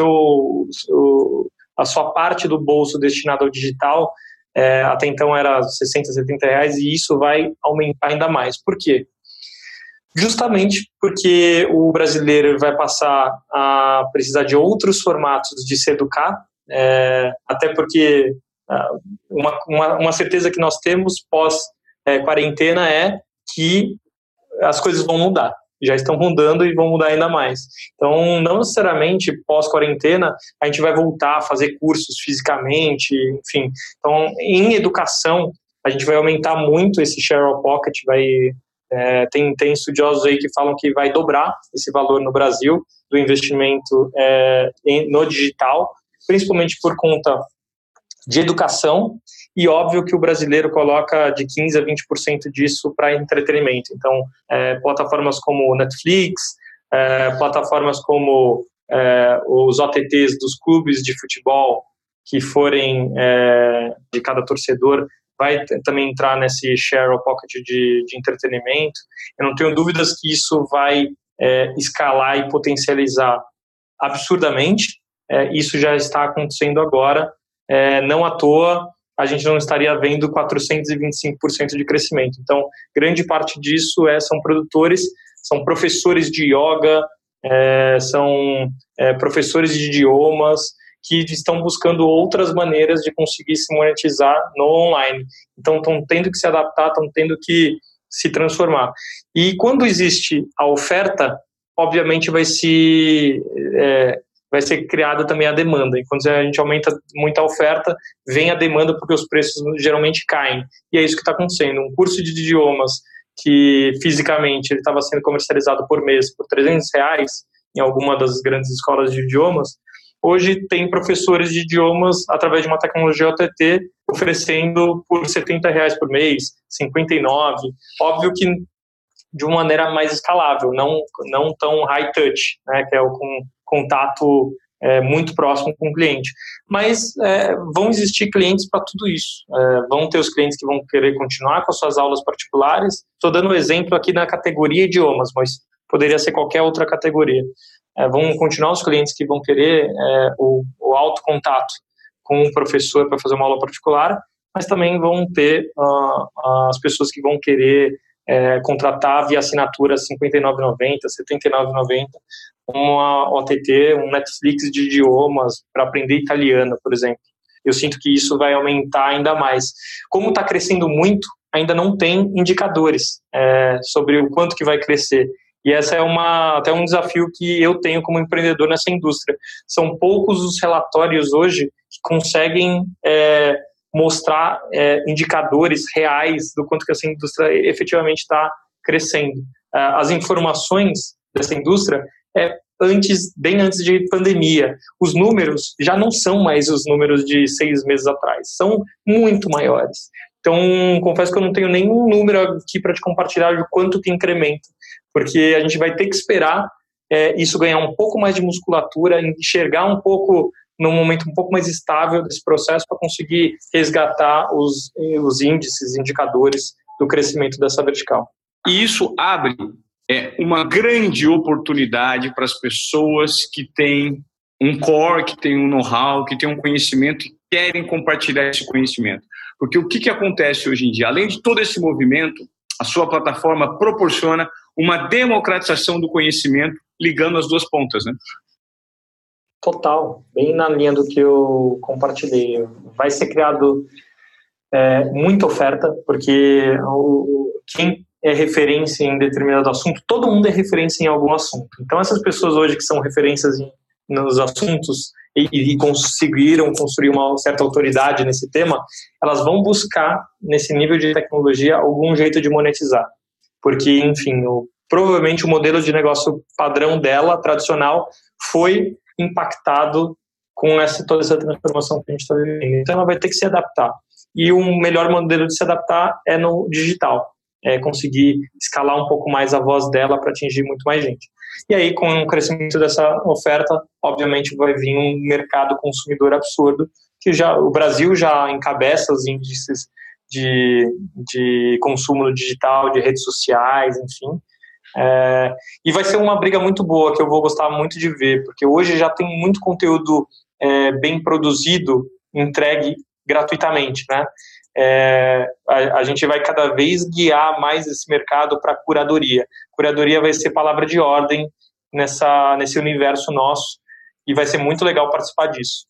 a sua parte do bolso destinada ao digital até então era R$60, R$70 e isso vai aumentar ainda mais. Por quê? Justamente porque o brasileiro vai passar a precisar de outros formatos de se educar, até porque uma certeza que nós temos pós-quarentena é que as coisas vão mudar. Já estão mudando e vão mudar ainda mais. Então, não necessariamente pós-quarentena a gente vai voltar a fazer cursos fisicamente, enfim. Então, em educação, a gente vai aumentar muito esse share of pocket, tem estudiosos aí que falam que vai dobrar esse valor no Brasil do investimento no digital, principalmente por conta de educação, e óbvio que o brasileiro coloca de 15% a 20% disso para entretenimento. Então, plataformas como Netflix, plataformas como os OTTs dos clubes de futebol que forem de cada torcedor, vai também entrar nesse share of pocket de entretenimento. Eu não tenho dúvidas que isso vai escalar e potencializar absurdamente. Isso já está acontecendo agora. Não à toa, a gente não estaria vendo 425% de crescimento. Então, grande parte disso são produtores, são professores de yoga, são professores de idiomas, que estão buscando outras maneiras de conseguir se monetizar no online. Então, estão tendo que se adaptar, estão tendo que se transformar. E quando existe a oferta, obviamente vai ser criada também a demanda. E quando a gente aumenta muito a oferta, vem a demanda porque os preços geralmente caem. E é isso que está acontecendo. Um curso de idiomas que fisicamente ele estava sendo comercializado por mês por R$300 em alguma das grandes escolas de idiomas, hoje tem professores de idiomas através de uma tecnologia OTT oferecendo por R$70 por mês, R$59. Óbvio que de uma maneira mais escalável, não tão high touch, né, que é o contato muito próximo com o cliente. Mas vão existir clientes para tudo isso. Vão ter os clientes que vão querer continuar com as suas aulas particulares. Estou dando um exemplo aqui na categoria idiomas, mas poderia ser qualquer outra categoria. Vão continuar os clientes que vão querer o alto contato com o professor para fazer uma aula particular, mas também vão ter as pessoas que vão querer contratar via assinatura R$59,90, R$79,90, uma OTT, um Netflix de idiomas para aprender italiano, por exemplo. Eu sinto que isso vai aumentar ainda mais. Como está crescendo muito, ainda não tem indicadores sobre o quanto que vai crescer. E essa é até um desafio que eu tenho como empreendedor nessa indústria. São poucos os relatórios hoje que conseguem mostrar indicadores reais do quanto que essa indústria efetivamente está crescendo. As informações dessa indústria bem antes de pandemia. Os números já não são mais os números de 6 meses atrás, são muito maiores. Então, confesso que eu não tenho nenhum número aqui para te compartilhar de quanto que incrementa, porque a gente vai ter que esperar isso ganhar um pouco mais de musculatura, enxergar um pouco num momento um pouco mais estável desse processo para conseguir resgatar os índices, indicadores do crescimento dessa vertical. E isso abre uma grande oportunidade para as pessoas que têm um core, que têm um know-how, que têm um conhecimento e querem compartilhar esse conhecimento. Porque o que acontece hoje em dia? Além de todo esse movimento, a sua plataforma proporciona uma democratização do conhecimento ligando as duas pontas, né? Total, bem na linha do que eu compartilhei. Vai ser criado muita oferta, porque quem é referência em determinado assunto, todo mundo é referência em algum assunto. Então, essas pessoas hoje que são referências nos assuntos e conseguiram construir uma certa autoridade nesse tema, elas vão buscar, nesse nível de tecnologia, algum jeito de monetizar. Porque, enfim, provavelmente o modelo de negócio padrão dela, tradicional, foi impactado com toda essa transformação que a gente está vivendo. Então, ela vai ter que se adaptar. E o melhor modelo de se adaptar é no digital. Conseguir escalar um pouco mais a voz dela para atingir muito mais gente. E aí, com o crescimento dessa oferta, obviamente vai vir um mercado consumidor absurdo, que o Brasil já encabeça os índices de consumo no digital, de redes sociais, enfim. E vai ser uma briga muito boa, que eu vou gostar muito de ver, porque hoje já tem muito conteúdo bem produzido, entregue gratuitamente, né? A gente vai cada vez guiar mais esse mercado para curadoria. Curadoria vai ser palavra de ordem nesse universo nosso, e vai ser muito legal participar disso.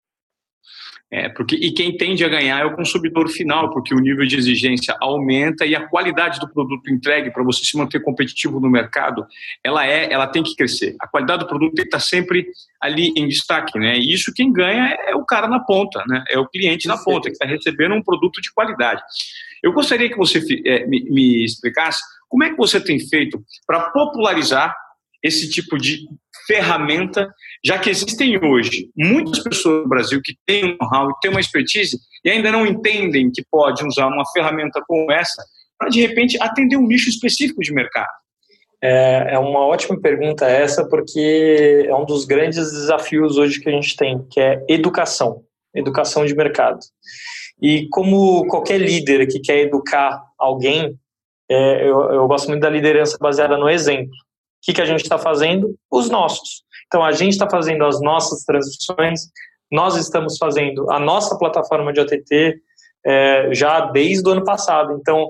E quem tende a ganhar é o consumidor final, porque o nível de exigência aumenta e a qualidade do produto entregue para você se manter competitivo no mercado, ela tem que crescer. A qualidade do produto tem que estar sempre ali em destaque, né? E isso quem ganha é o cara na ponta, né? É o cliente na ponta, que está recebendo um produto de qualidade. Eu gostaria que você me explicasse como é que você tem feito para popularizar esse tipo de ferramenta, já que existem hoje muitas pessoas no Brasil que têm um know-how e têm uma expertise e ainda não entendem que pode usar uma ferramenta como essa para, de repente, atender um nicho específico de mercado. É uma ótima pergunta essa, porque é um dos grandes desafios hoje que a gente tem, que é educação de mercado. E como qualquer líder que quer educar alguém, eu gosto muito da liderança baseada no exemplo. O que a gente está fazendo? Os nossos. Então, a gente está fazendo as nossas transições, nós estamos fazendo a nossa plataforma de OTT, já desde o ano passado. Então,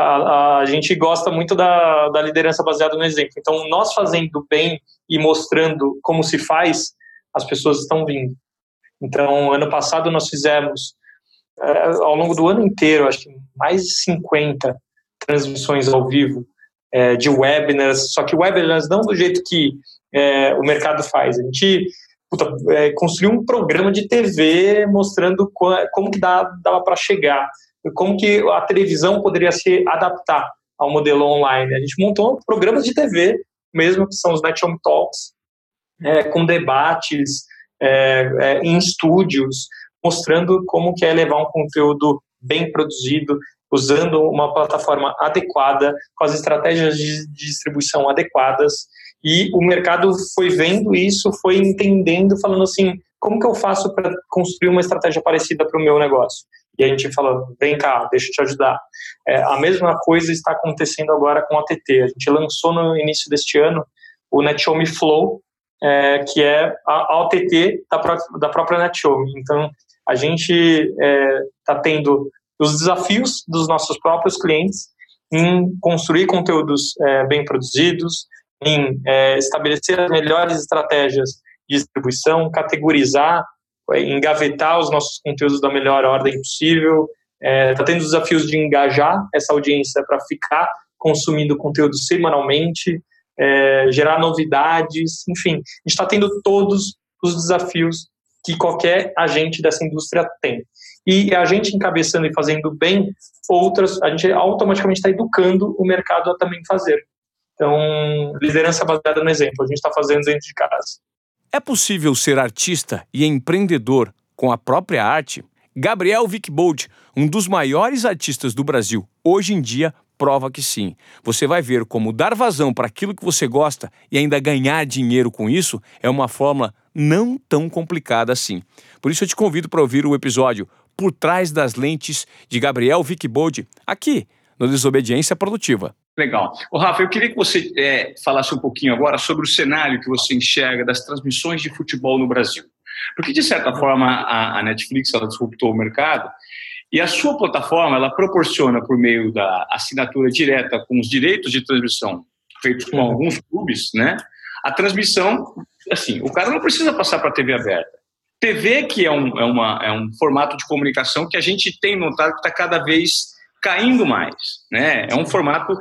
a gente gosta muito da liderança baseada no exemplo. Então, nós fazendo bem e mostrando como se faz, as pessoas estão vindo. Então, ano passado nós fizemos, ao longo do ano inteiro, acho que mais de 50 transmissões ao vivo de webinars, só que webinars não do jeito que o mercado faz. A gente construiu um programa de TV mostrando como que dava para chegar, como que a televisão poderia se adaptar ao modelo online. A gente montou programas de TV mesmo, que são os NetHome Talks, com debates em estúdios, mostrando como que é levar um conteúdo bem produzido, usando uma plataforma adequada, com as estratégias de distribuição adequadas. E o mercado foi vendo isso, foi entendendo, falando assim, como que eu faço para construir uma estratégia parecida para o meu negócio? E a gente fala, vem cá, deixa eu te ajudar. A mesma coisa está acontecendo agora com a TT. A gente lançou no início deste ano o NetHome Flow, que é a OTT da própria NetHome. Então, a gente está tendo os desafios dos nossos próprios clientes em construir conteúdos bem produzidos, em estabelecer as melhores estratégias de distribuição, categorizar, engavetar os nossos conteúdos da melhor ordem possível. Está tendo desafios de engajar essa audiência para ficar consumindo conteúdo semanalmente, gerar novidades, enfim. A gente está tendo todos os desafios que qualquer agente dessa indústria tem. E a gente encabeçando e fazendo bem outras, a gente automaticamente está educando o mercado a também fazer. Então, liderança baseada no exemplo, a gente está fazendo dentro de casa. É possível ser artista e empreendedor com a própria arte? Gabriel Wickbold, um dos maiores artistas do Brasil, hoje em dia prova que sim. Você vai ver como dar vazão para aquilo que você gosta e ainda ganhar dinheiro com isso é uma fórmula não tão complicada assim. Por isso eu te convido para ouvir o episódio Por Trás das Lentes de Gabriel Wickbold, aqui no Desobediência Produtiva. Legal. Rafa, eu queria que você falasse um pouquinho agora sobre o cenário que você enxerga das transmissões de futebol no Brasil. Porque, de certa forma, a Netflix ela disruptou o mercado e a sua plataforma ela proporciona, por meio da assinatura direta com os direitos de transmissão feitos com alguns clubes, né, a transmissão, assim, o cara não precisa passar para a TV aberta. TV, que é um formato de comunicação que a gente tem notado que está cada vez caindo mais, né? É um formato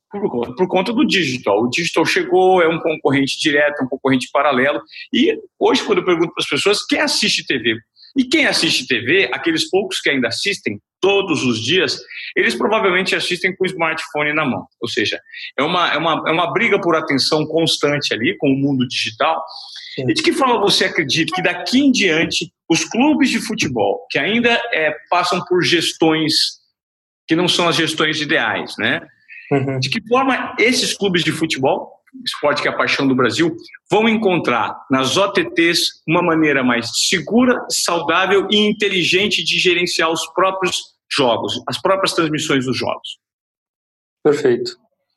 por conta do digital. O digital chegou, é um concorrente direto, é um concorrente paralelo. E hoje, quando eu pergunto para as pessoas, quem assiste TV? E quem assiste TV, aqueles poucos que ainda assistem todos os dias, eles provavelmente assistem com o smartphone na mão. Ou seja, é uma briga por atenção constante ali com o mundo digital. Sim. E de que forma você acredita que daqui em diante os clubes de futebol, que ainda passam por gestões que não são as gestões ideais, né? De que forma esses clubes de futebol, esporte que é a paixão do Brasil, vão encontrar nas OTTs uma maneira mais segura, saudável e inteligente de gerenciar os próprios jogos, as próprias transmissões dos jogos? Perfeito.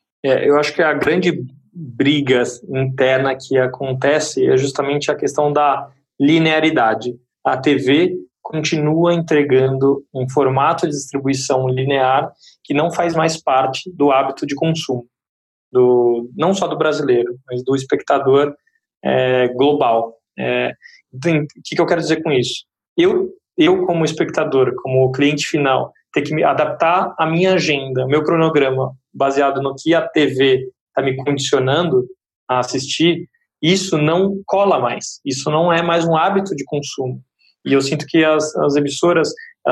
Eu acho que a grande briga interna que acontece é justamente a questão da linearidade. A TV continua entregando um formato de distribuição linear que não faz mais parte do hábito de consumo, não só do brasileiro, mas do espectador global. Então, o que eu quero dizer com isso? Eu como espectador, como cliente final, ter que me adaptar a minha agenda, meu cronograma, baseado no que a TV está me condicionando a assistir, isso não cola mais, isso não é mais um hábito de consumo. E eu sinto que as emissoras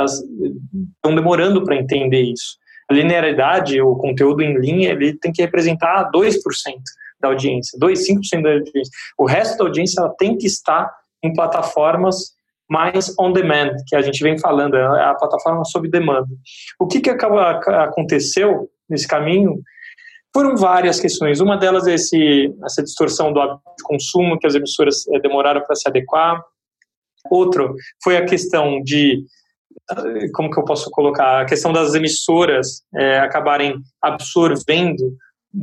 estão demorando para entender isso. A linearidade, o conteúdo em linha, ele tem que representar 2% da audiência, 5% da audiência. O resto da audiência ela tem que estar em plataformas mais on demand, que a gente vem falando, é a plataforma sob demanda. O que aconteceu nesse caminho? Foram várias questões. Uma delas é essa distorção do hábito de consumo, que as emissoras demoraram para se adequar. Outro foi a questão de, como que eu posso colocar, a questão das emissoras acabarem absorvendo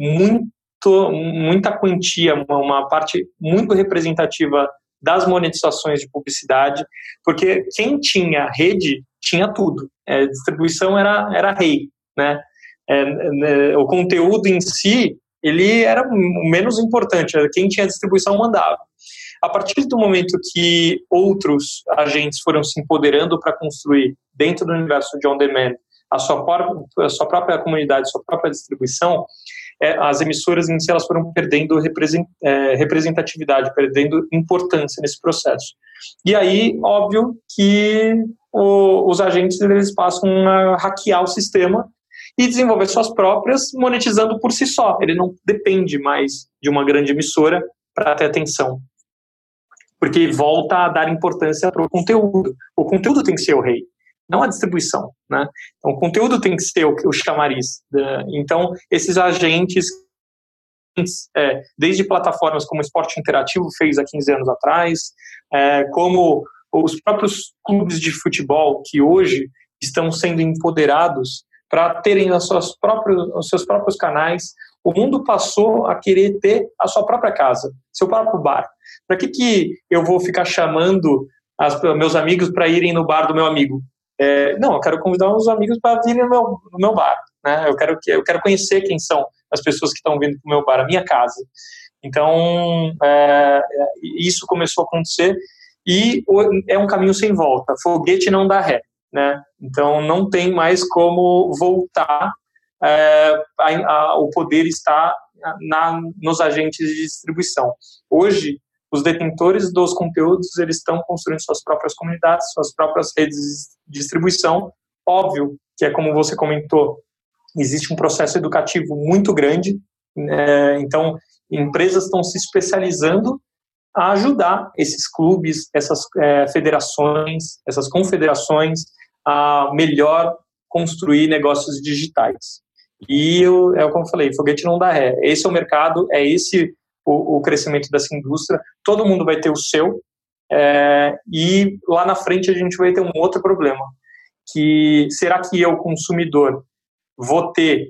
muita quantia, uma parte muito representativa das monetizações de publicidade, porque quem tinha rede tinha tudo. Distribuição era rei, né? O conteúdo em si, ele era o menos importante, quem tinha distribuição mandava. A partir do momento que outros agentes foram se empoderando para construir, dentro do universo de on-demand, a sua própria comunidade, a sua própria distribuição, as emissoras em si elas foram perdendo representatividade, perdendo importância nesse processo. E aí, óbvio que os agentes eles passam a hackear o sistema e desenvolver suas próprias, monetizando por si só. Ele não depende mais de uma grande emissora para ter atenção. Porque volta a dar importância para o conteúdo. O conteúdo tem que ser o rei, não a distribuição, né? Então, o conteúdo tem que ser o chamariz. Então, esses agentes, desde plataformas como o Esporte Interativo fez há 15 anos atrás, como os próprios clubes de futebol que hoje estão sendo empoderados para terem os seus próprios canais, o mundo passou a querer ter a sua própria casa, seu próprio bar. Para que eu vou ficar chamando meus amigos para irem no bar do meu amigo? Não, eu quero convidar os amigos para virem no meu bar. Né? Eu quero conhecer quem são as pessoas que estão vindo para o meu bar, a minha casa. Então, isso começou a acontecer e é um caminho sem volta. Foguete não dá ré. Né? Então, não tem mais como voltar. O poder está nos agentes de distribuição. Hoje, os detentores dos conteúdos eles estão construindo suas próprias comunidades, suas próprias redes de distribuição. Óbvio que é como você comentou, existe um processo educativo muito grande, então empresas estão se especializando a ajudar esses clubes, essas federações, essas confederações a melhor construir negócios digitais. E como eu falei, foguete não dá ré. Esse é o mercado, é esse o crescimento dessa indústria, todo mundo vai ter o seu, e lá na frente a gente vai ter um outro problema, que será que eu, consumidor, vou ter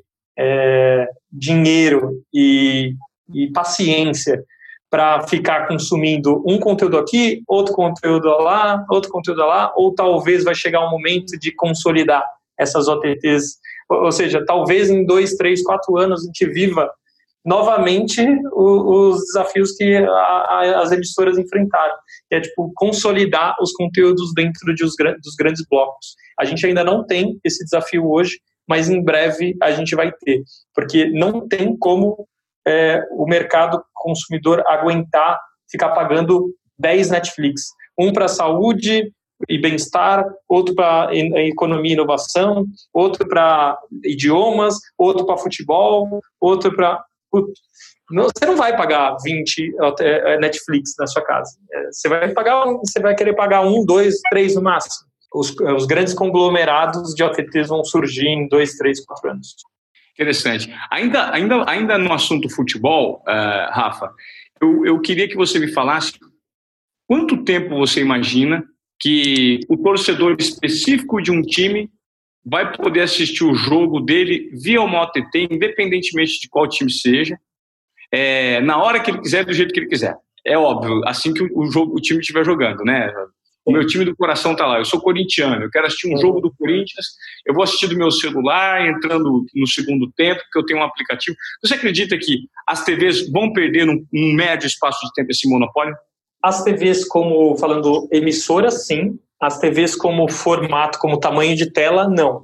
dinheiro e paciência para ficar consumindo um conteúdo aqui, outro conteúdo lá, ou talvez vai chegar um momento de consolidar essas OTTs, ou seja, talvez em 2, 3, 4 anos a gente viva novamente os desafios que as emissoras enfrentaram, que é consolidar os conteúdos dentro dos grandes blocos. A gente ainda não tem esse desafio hoje, mas em breve a gente vai ter, porque não tem como o mercado consumidor aguentar ficar pagando 10 Netflix, um para saúde e bem-estar, outro para economia e inovação, outro para idiomas, outro para futebol, outro para... Você não vai pagar 20 Netflix na sua casa. Você vai querer pagar 1, 2, 3 no máximo. Os grandes conglomerados de OTTs vão surgir em 2, 3, 4 anos. Interessante. Ainda no assunto futebol, Rafa, eu queria que você me falasse quanto tempo você imagina que o torcedor específico de um time vai poder assistir o jogo dele via uma OTT, independentemente de qual time seja, na hora que ele quiser, do jeito que ele quiser. É óbvio, assim que o time estiver jogando, né? O meu time do coração está lá, eu sou corintiano, eu quero assistir um jogo do Corinthians, eu vou assistir do meu celular, entrando no segundo tempo, porque eu tenho um aplicativo. Você acredita que as TVs vão perder num médio espaço de tempo esse monopólio? As TVs falando emissoras, sim. As TVs como formato, como tamanho de tela, não.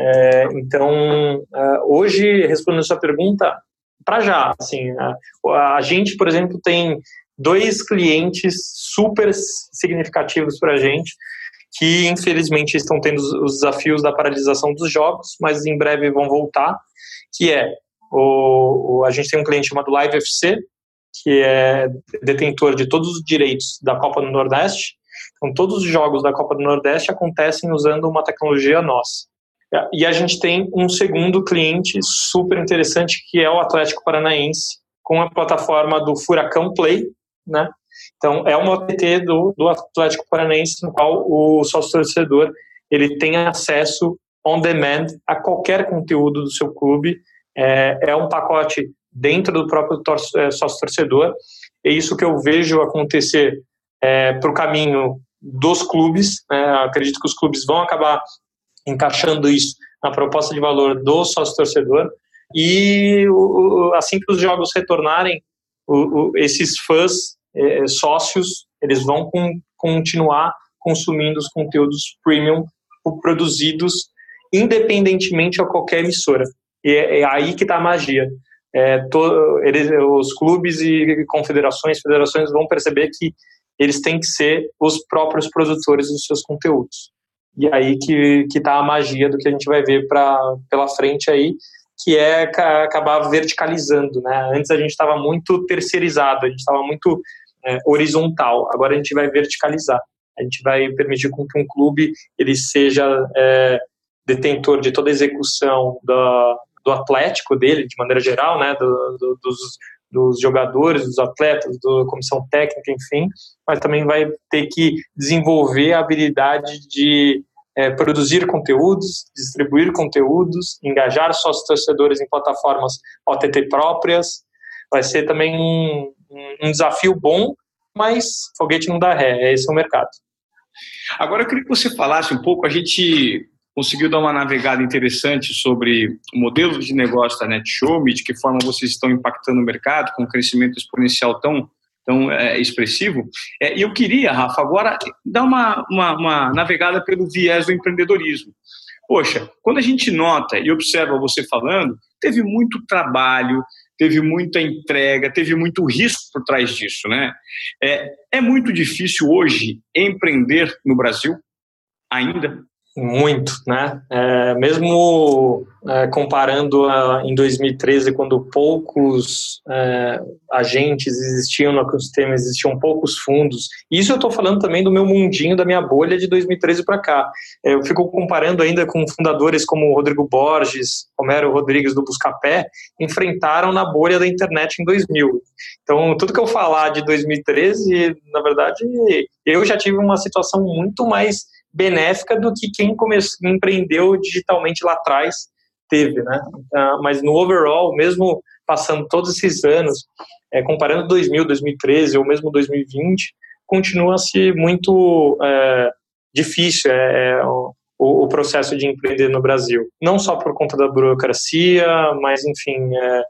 Então, hoje, respondendo a sua pergunta, para já, assim, a gente, por exemplo, tem 2 clientes super significativos para a gente, que infelizmente estão tendo os desafios da paralisação dos jogos, mas em breve vão voltar, que a gente tem um cliente chamado Live FC, que é detentor de todos os direitos da Copa do Nordeste. Então, todos os jogos da Copa do Nordeste acontecem usando uma tecnologia nossa. E a gente tem um segundo cliente super interessante, que é o Atlético Paranaense, com a plataforma do Furacão Play, né? Então, é uma OTT do Atlético Paranaense, no qual o sócio-torcedor ele tem acesso on demand a qualquer conteúdo do seu clube. É um pacote dentro do próprio sócio-torcedor. É isso que eu vejo acontecer para o caminho dos clubes. Acredito que os clubes vão acabar encaixando isso na proposta de valor do sócio-torcedor, e assim que os jogos retornarem, esses fãs, sócios, eles vão continuar consumindo os conteúdos premium produzidos independentemente a qualquer emissora. E é aí que está a magia. Os clubes e confederações, federações vão perceber que eles têm que ser os próprios produtores dos seus conteúdos. E aí que está a magia do que a gente vai ver pela frente aí, que é acabar verticalizando, né? Antes a gente estava muito terceirizado, a gente estava muito horizontal. Agora a gente vai verticalizar. A gente vai permitir com que um clube ele seja detentor de toda a execução do atlético dele, de maneira geral, né? Dos jogadores, dos atletas, da comissão técnica, enfim, mas também vai ter que desenvolver a habilidade de produzir conteúdos, distribuir conteúdos, engajar sócios torcedores em plataformas OTT próprias. Vai ser também um desafio bom, mas foguete não dá ré, esse é o mercado. Agora eu queria que você falasse um pouco, a gente conseguiu dar uma navegada interessante sobre o modelo de negócio da NetShowme, de que forma vocês estão impactando o mercado com um crescimento exponencial tão expressivo. E eu queria, Rafa, agora dar uma navegada pelo viés do empreendedorismo. Poxa, quando a gente nota e observa você falando, teve muito trabalho, teve muita entrega, teve muito risco por trás disso, né? É muito difícil hoje empreender no Brasil, ainda? Muito, né? Mesmo comparando em 2013, quando poucos agentes existiam no ecossistema, existiam poucos fundos. Isso eu estou falando também do meu mundinho, da minha bolha de 2013 para cá. Eu fico comparando ainda com fundadores como Rodrigo Borges, Romero Rodrigues do Buscapé, enfrentaram na bolha da internet em 2000. Então, tudo que eu falar de 2013, na verdade, eu já tive uma situação muito mais benéfica do que quem empreendeu digitalmente lá atrás teve, né? Mas no overall, mesmo passando todos esses anos, comparando 2000, 2013 ou mesmo 2020, continua-se muito difícil o processo de empreender no Brasil. Não só por conta da burocracia, mas, enfim,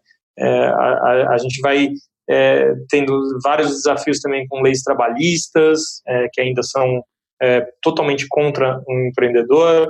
a gente vai tendo vários desafios também com leis trabalhistas, que ainda são totalmente contra um empreendedor.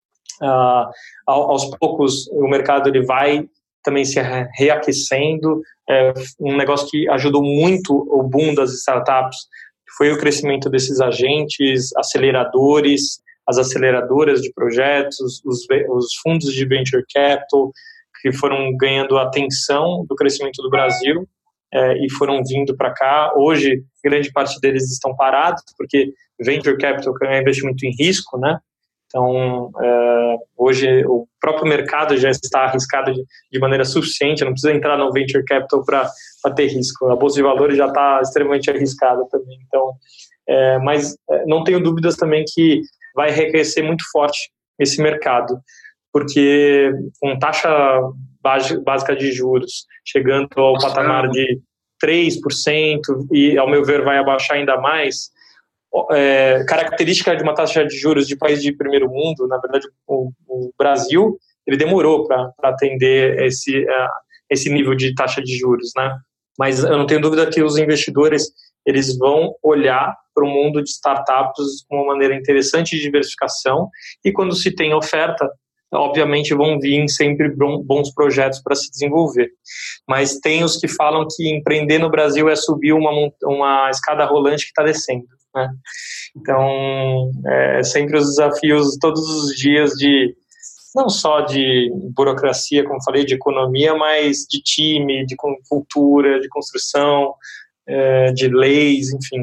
Aos poucos o mercado ele vai também se reaquecendo. Um negócio que ajudou muito o boom das startups foi o crescimento desses agentes, aceleradores, as aceleradoras de projetos, os fundos de venture capital, que foram ganhando atenção do crescimento do Brasil e foram vindo para cá. Hoje, grande parte deles estão parados, porque venture capital é um investimento em risco, né? Então, hoje o próprio mercado já está arriscado de maneira suficiente, não precisa entrar no venture capital para ter risco. A Bolsa de Valores já está extremamente arriscada também. Então, mas não tenho dúvidas também que vai reaquecer muito forte esse mercado, porque com taxa básica de juros chegando ao patamar de 3%, e, ao meu ver, vai abaixar ainda mais. Característica de uma taxa de juros de país de primeiro mundo, na verdade, o Brasil, ele demorou para atender esse nível de taxa de juros, né? Mas eu não tenho dúvida que os investidores eles vão olhar para o mundo de startups com uma maneira interessante de diversificação, e quando se tem oferta, obviamente vão vir sempre bons projetos para se desenvolver. Mas tem os que falam que empreender no Brasil é subir uma escada rolante que está descendo, né? Então, sempre os desafios todos os dias não só de burocracia, como falei, de economia, mas de time, de cultura, de construção, de leis, enfim,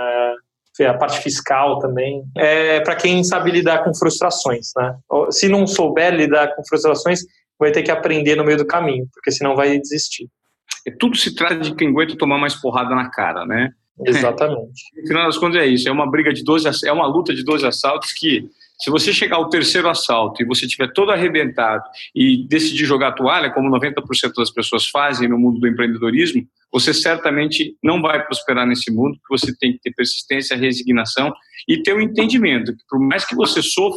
a parte fiscal também. Para quem sabe lidar com frustrações, né? Se não souber lidar com frustrações, vai ter que aprender no meio do caminho, porque senão vai desistir. Tudo se trata de quem aguenta tomar mais porrada na cara, né? Exatamente. No final das contas é isso, é uma briga de 12, é uma luta de 12 assaltos que, se você chegar ao terceiro assalto e você estiver todo arrebentado e decidir jogar a toalha, como 90% das pessoas fazem no mundo do empreendedorismo, você certamente não vai prosperar nesse mundo, porque você tem que ter persistência, resignação e ter um entendimento que, por mais que você sofra,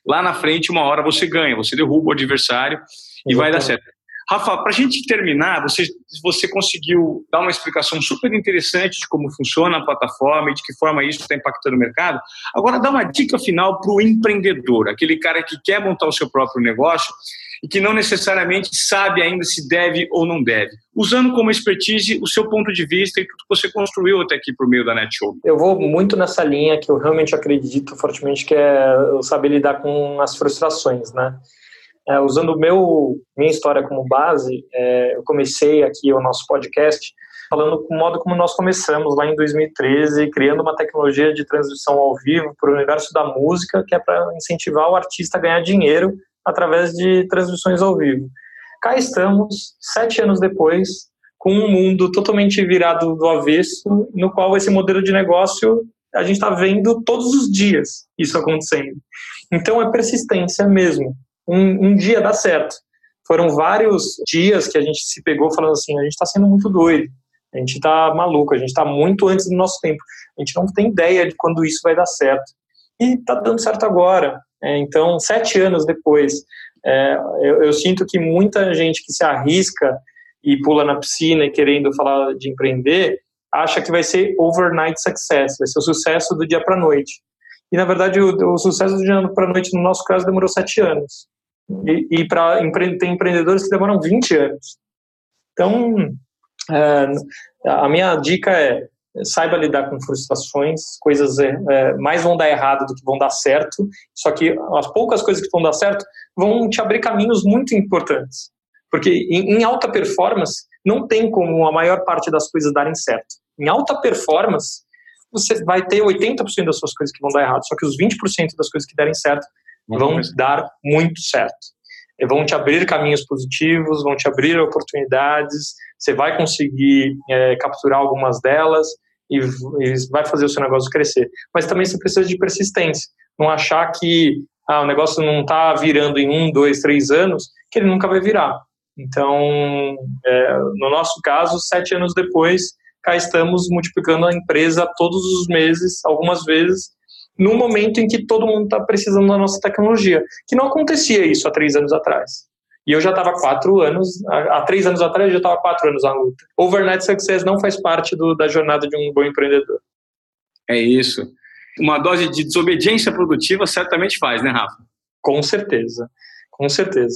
lá na frente, uma hora você ganha, você derruba o adversário e vai dar certo. Rafa, para a gente terminar, você conseguiu dar uma explicação super interessante de como funciona a plataforma e de que forma isso está impactando o mercado. Agora, dá uma dica final para o empreendedor, aquele cara que quer montar o seu próprio negócio e que não necessariamente sabe ainda se deve ou não deve, usando como expertise o seu ponto de vista e tudo que você construiu até aqui por meio da NetShow. Eu vou muito nessa linha que eu realmente acredito fortemente, que é eu saber lidar com as frustrações, né? Usando minha história como base, eu comecei aqui o nosso podcast falando do modo como nós começamos lá em 2013, criando uma tecnologia de transmissão ao vivo para o universo da música, que é para incentivar o artista a ganhar dinheiro através de transmissões ao vivo. Cá estamos, 7 anos depois, com um mundo totalmente virado do avesso, no qual esse modelo de negócio a gente está vendo todos os dias isso acontecendo. Então é persistência mesmo. Um dia dá certo. Foram vários dias que a gente se pegou falando assim, a gente está sendo muito doido, a gente está maluco, a gente está muito antes do nosso tempo, a gente não tem ideia de quando isso vai dar certo. E está dando certo agora. Então, 7 anos depois, eu sinto que muita gente que se arrisca e pula na piscina e querendo falar de empreender, acha que vai ser overnight success, vai ser o sucesso do dia para a noite. E, na verdade, o sucesso do dia para a noite, no nosso caso, demorou 7 anos. E tem empreendedores que demoram 20 anos. Então, a minha dica é saiba lidar com frustrações, coisas mais vão dar errado do que vão dar certo, só que as poucas coisas que vão dar certo vão te abrir caminhos muito importantes. Porque em alta performance, não tem como a maior parte das coisas darem certo. Em alta performance, você vai ter 80% das suas coisas que vão dar errado, só que os 20% das coisas que derem certo vão dar muito certo. Vão te abrir caminhos positivos, vão te abrir oportunidades, você vai conseguir capturar algumas delas e vai fazer o seu negócio crescer. Mas também você precisa de persistência, não achar que o negócio não está virando em 1, 2, 3 anos, que ele nunca vai virar. Então, no nosso caso, 7 anos depois, cá estamos multiplicando a empresa todos os meses, algumas vezes, num momento em que todo mundo está precisando da nossa tecnologia, que não acontecia isso há 3 anos atrás. E eu já estava 4 anos, há 3 anos atrás eu já estava 4 anos na luta. Overnight Success não faz parte da jornada de um bom empreendedor. É isso. Uma dose de desobediência produtiva certamente faz, né, Rafa? Com certeza. Com certeza.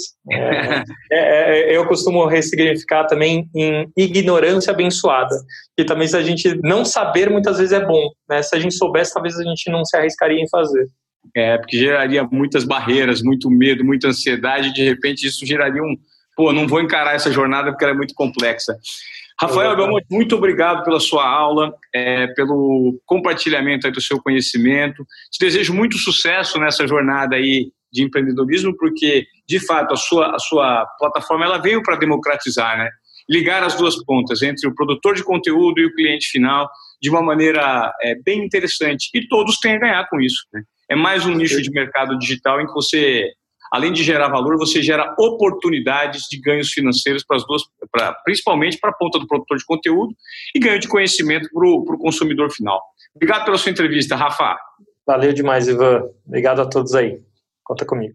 Eu costumo ressignificar também em ignorância abençoada. E também se a gente não saber, muitas vezes é bom, né? Se a gente soubesse, talvez a gente não se arriscaria em fazer. Porque geraria muitas barreiras, muito medo, muita ansiedade. De repente isso geraria não vou encarar essa jornada porque ela é muito complexa. Rafael Belmonte, muito obrigado pela sua aula, pelo compartilhamento aí do seu conhecimento. Te desejo muito sucesso nessa jornada aí de empreendedorismo, porque, de fato, a sua plataforma ela veio para democratizar, né? Ligar as duas pontas entre o produtor de conteúdo e o cliente final de uma maneira bem interessante. E todos têm a ganhar com isso, né? É mais um nicho de mercado digital em que você, além de gerar valor, você gera oportunidades de ganhos financeiros para as duas, principalmente para a ponta do produtor de conteúdo e ganho de conhecimento para o consumidor final. Obrigado pela sua entrevista, Rafa. Valeu demais, Ivan. Obrigado a todos aí. Conta comigo.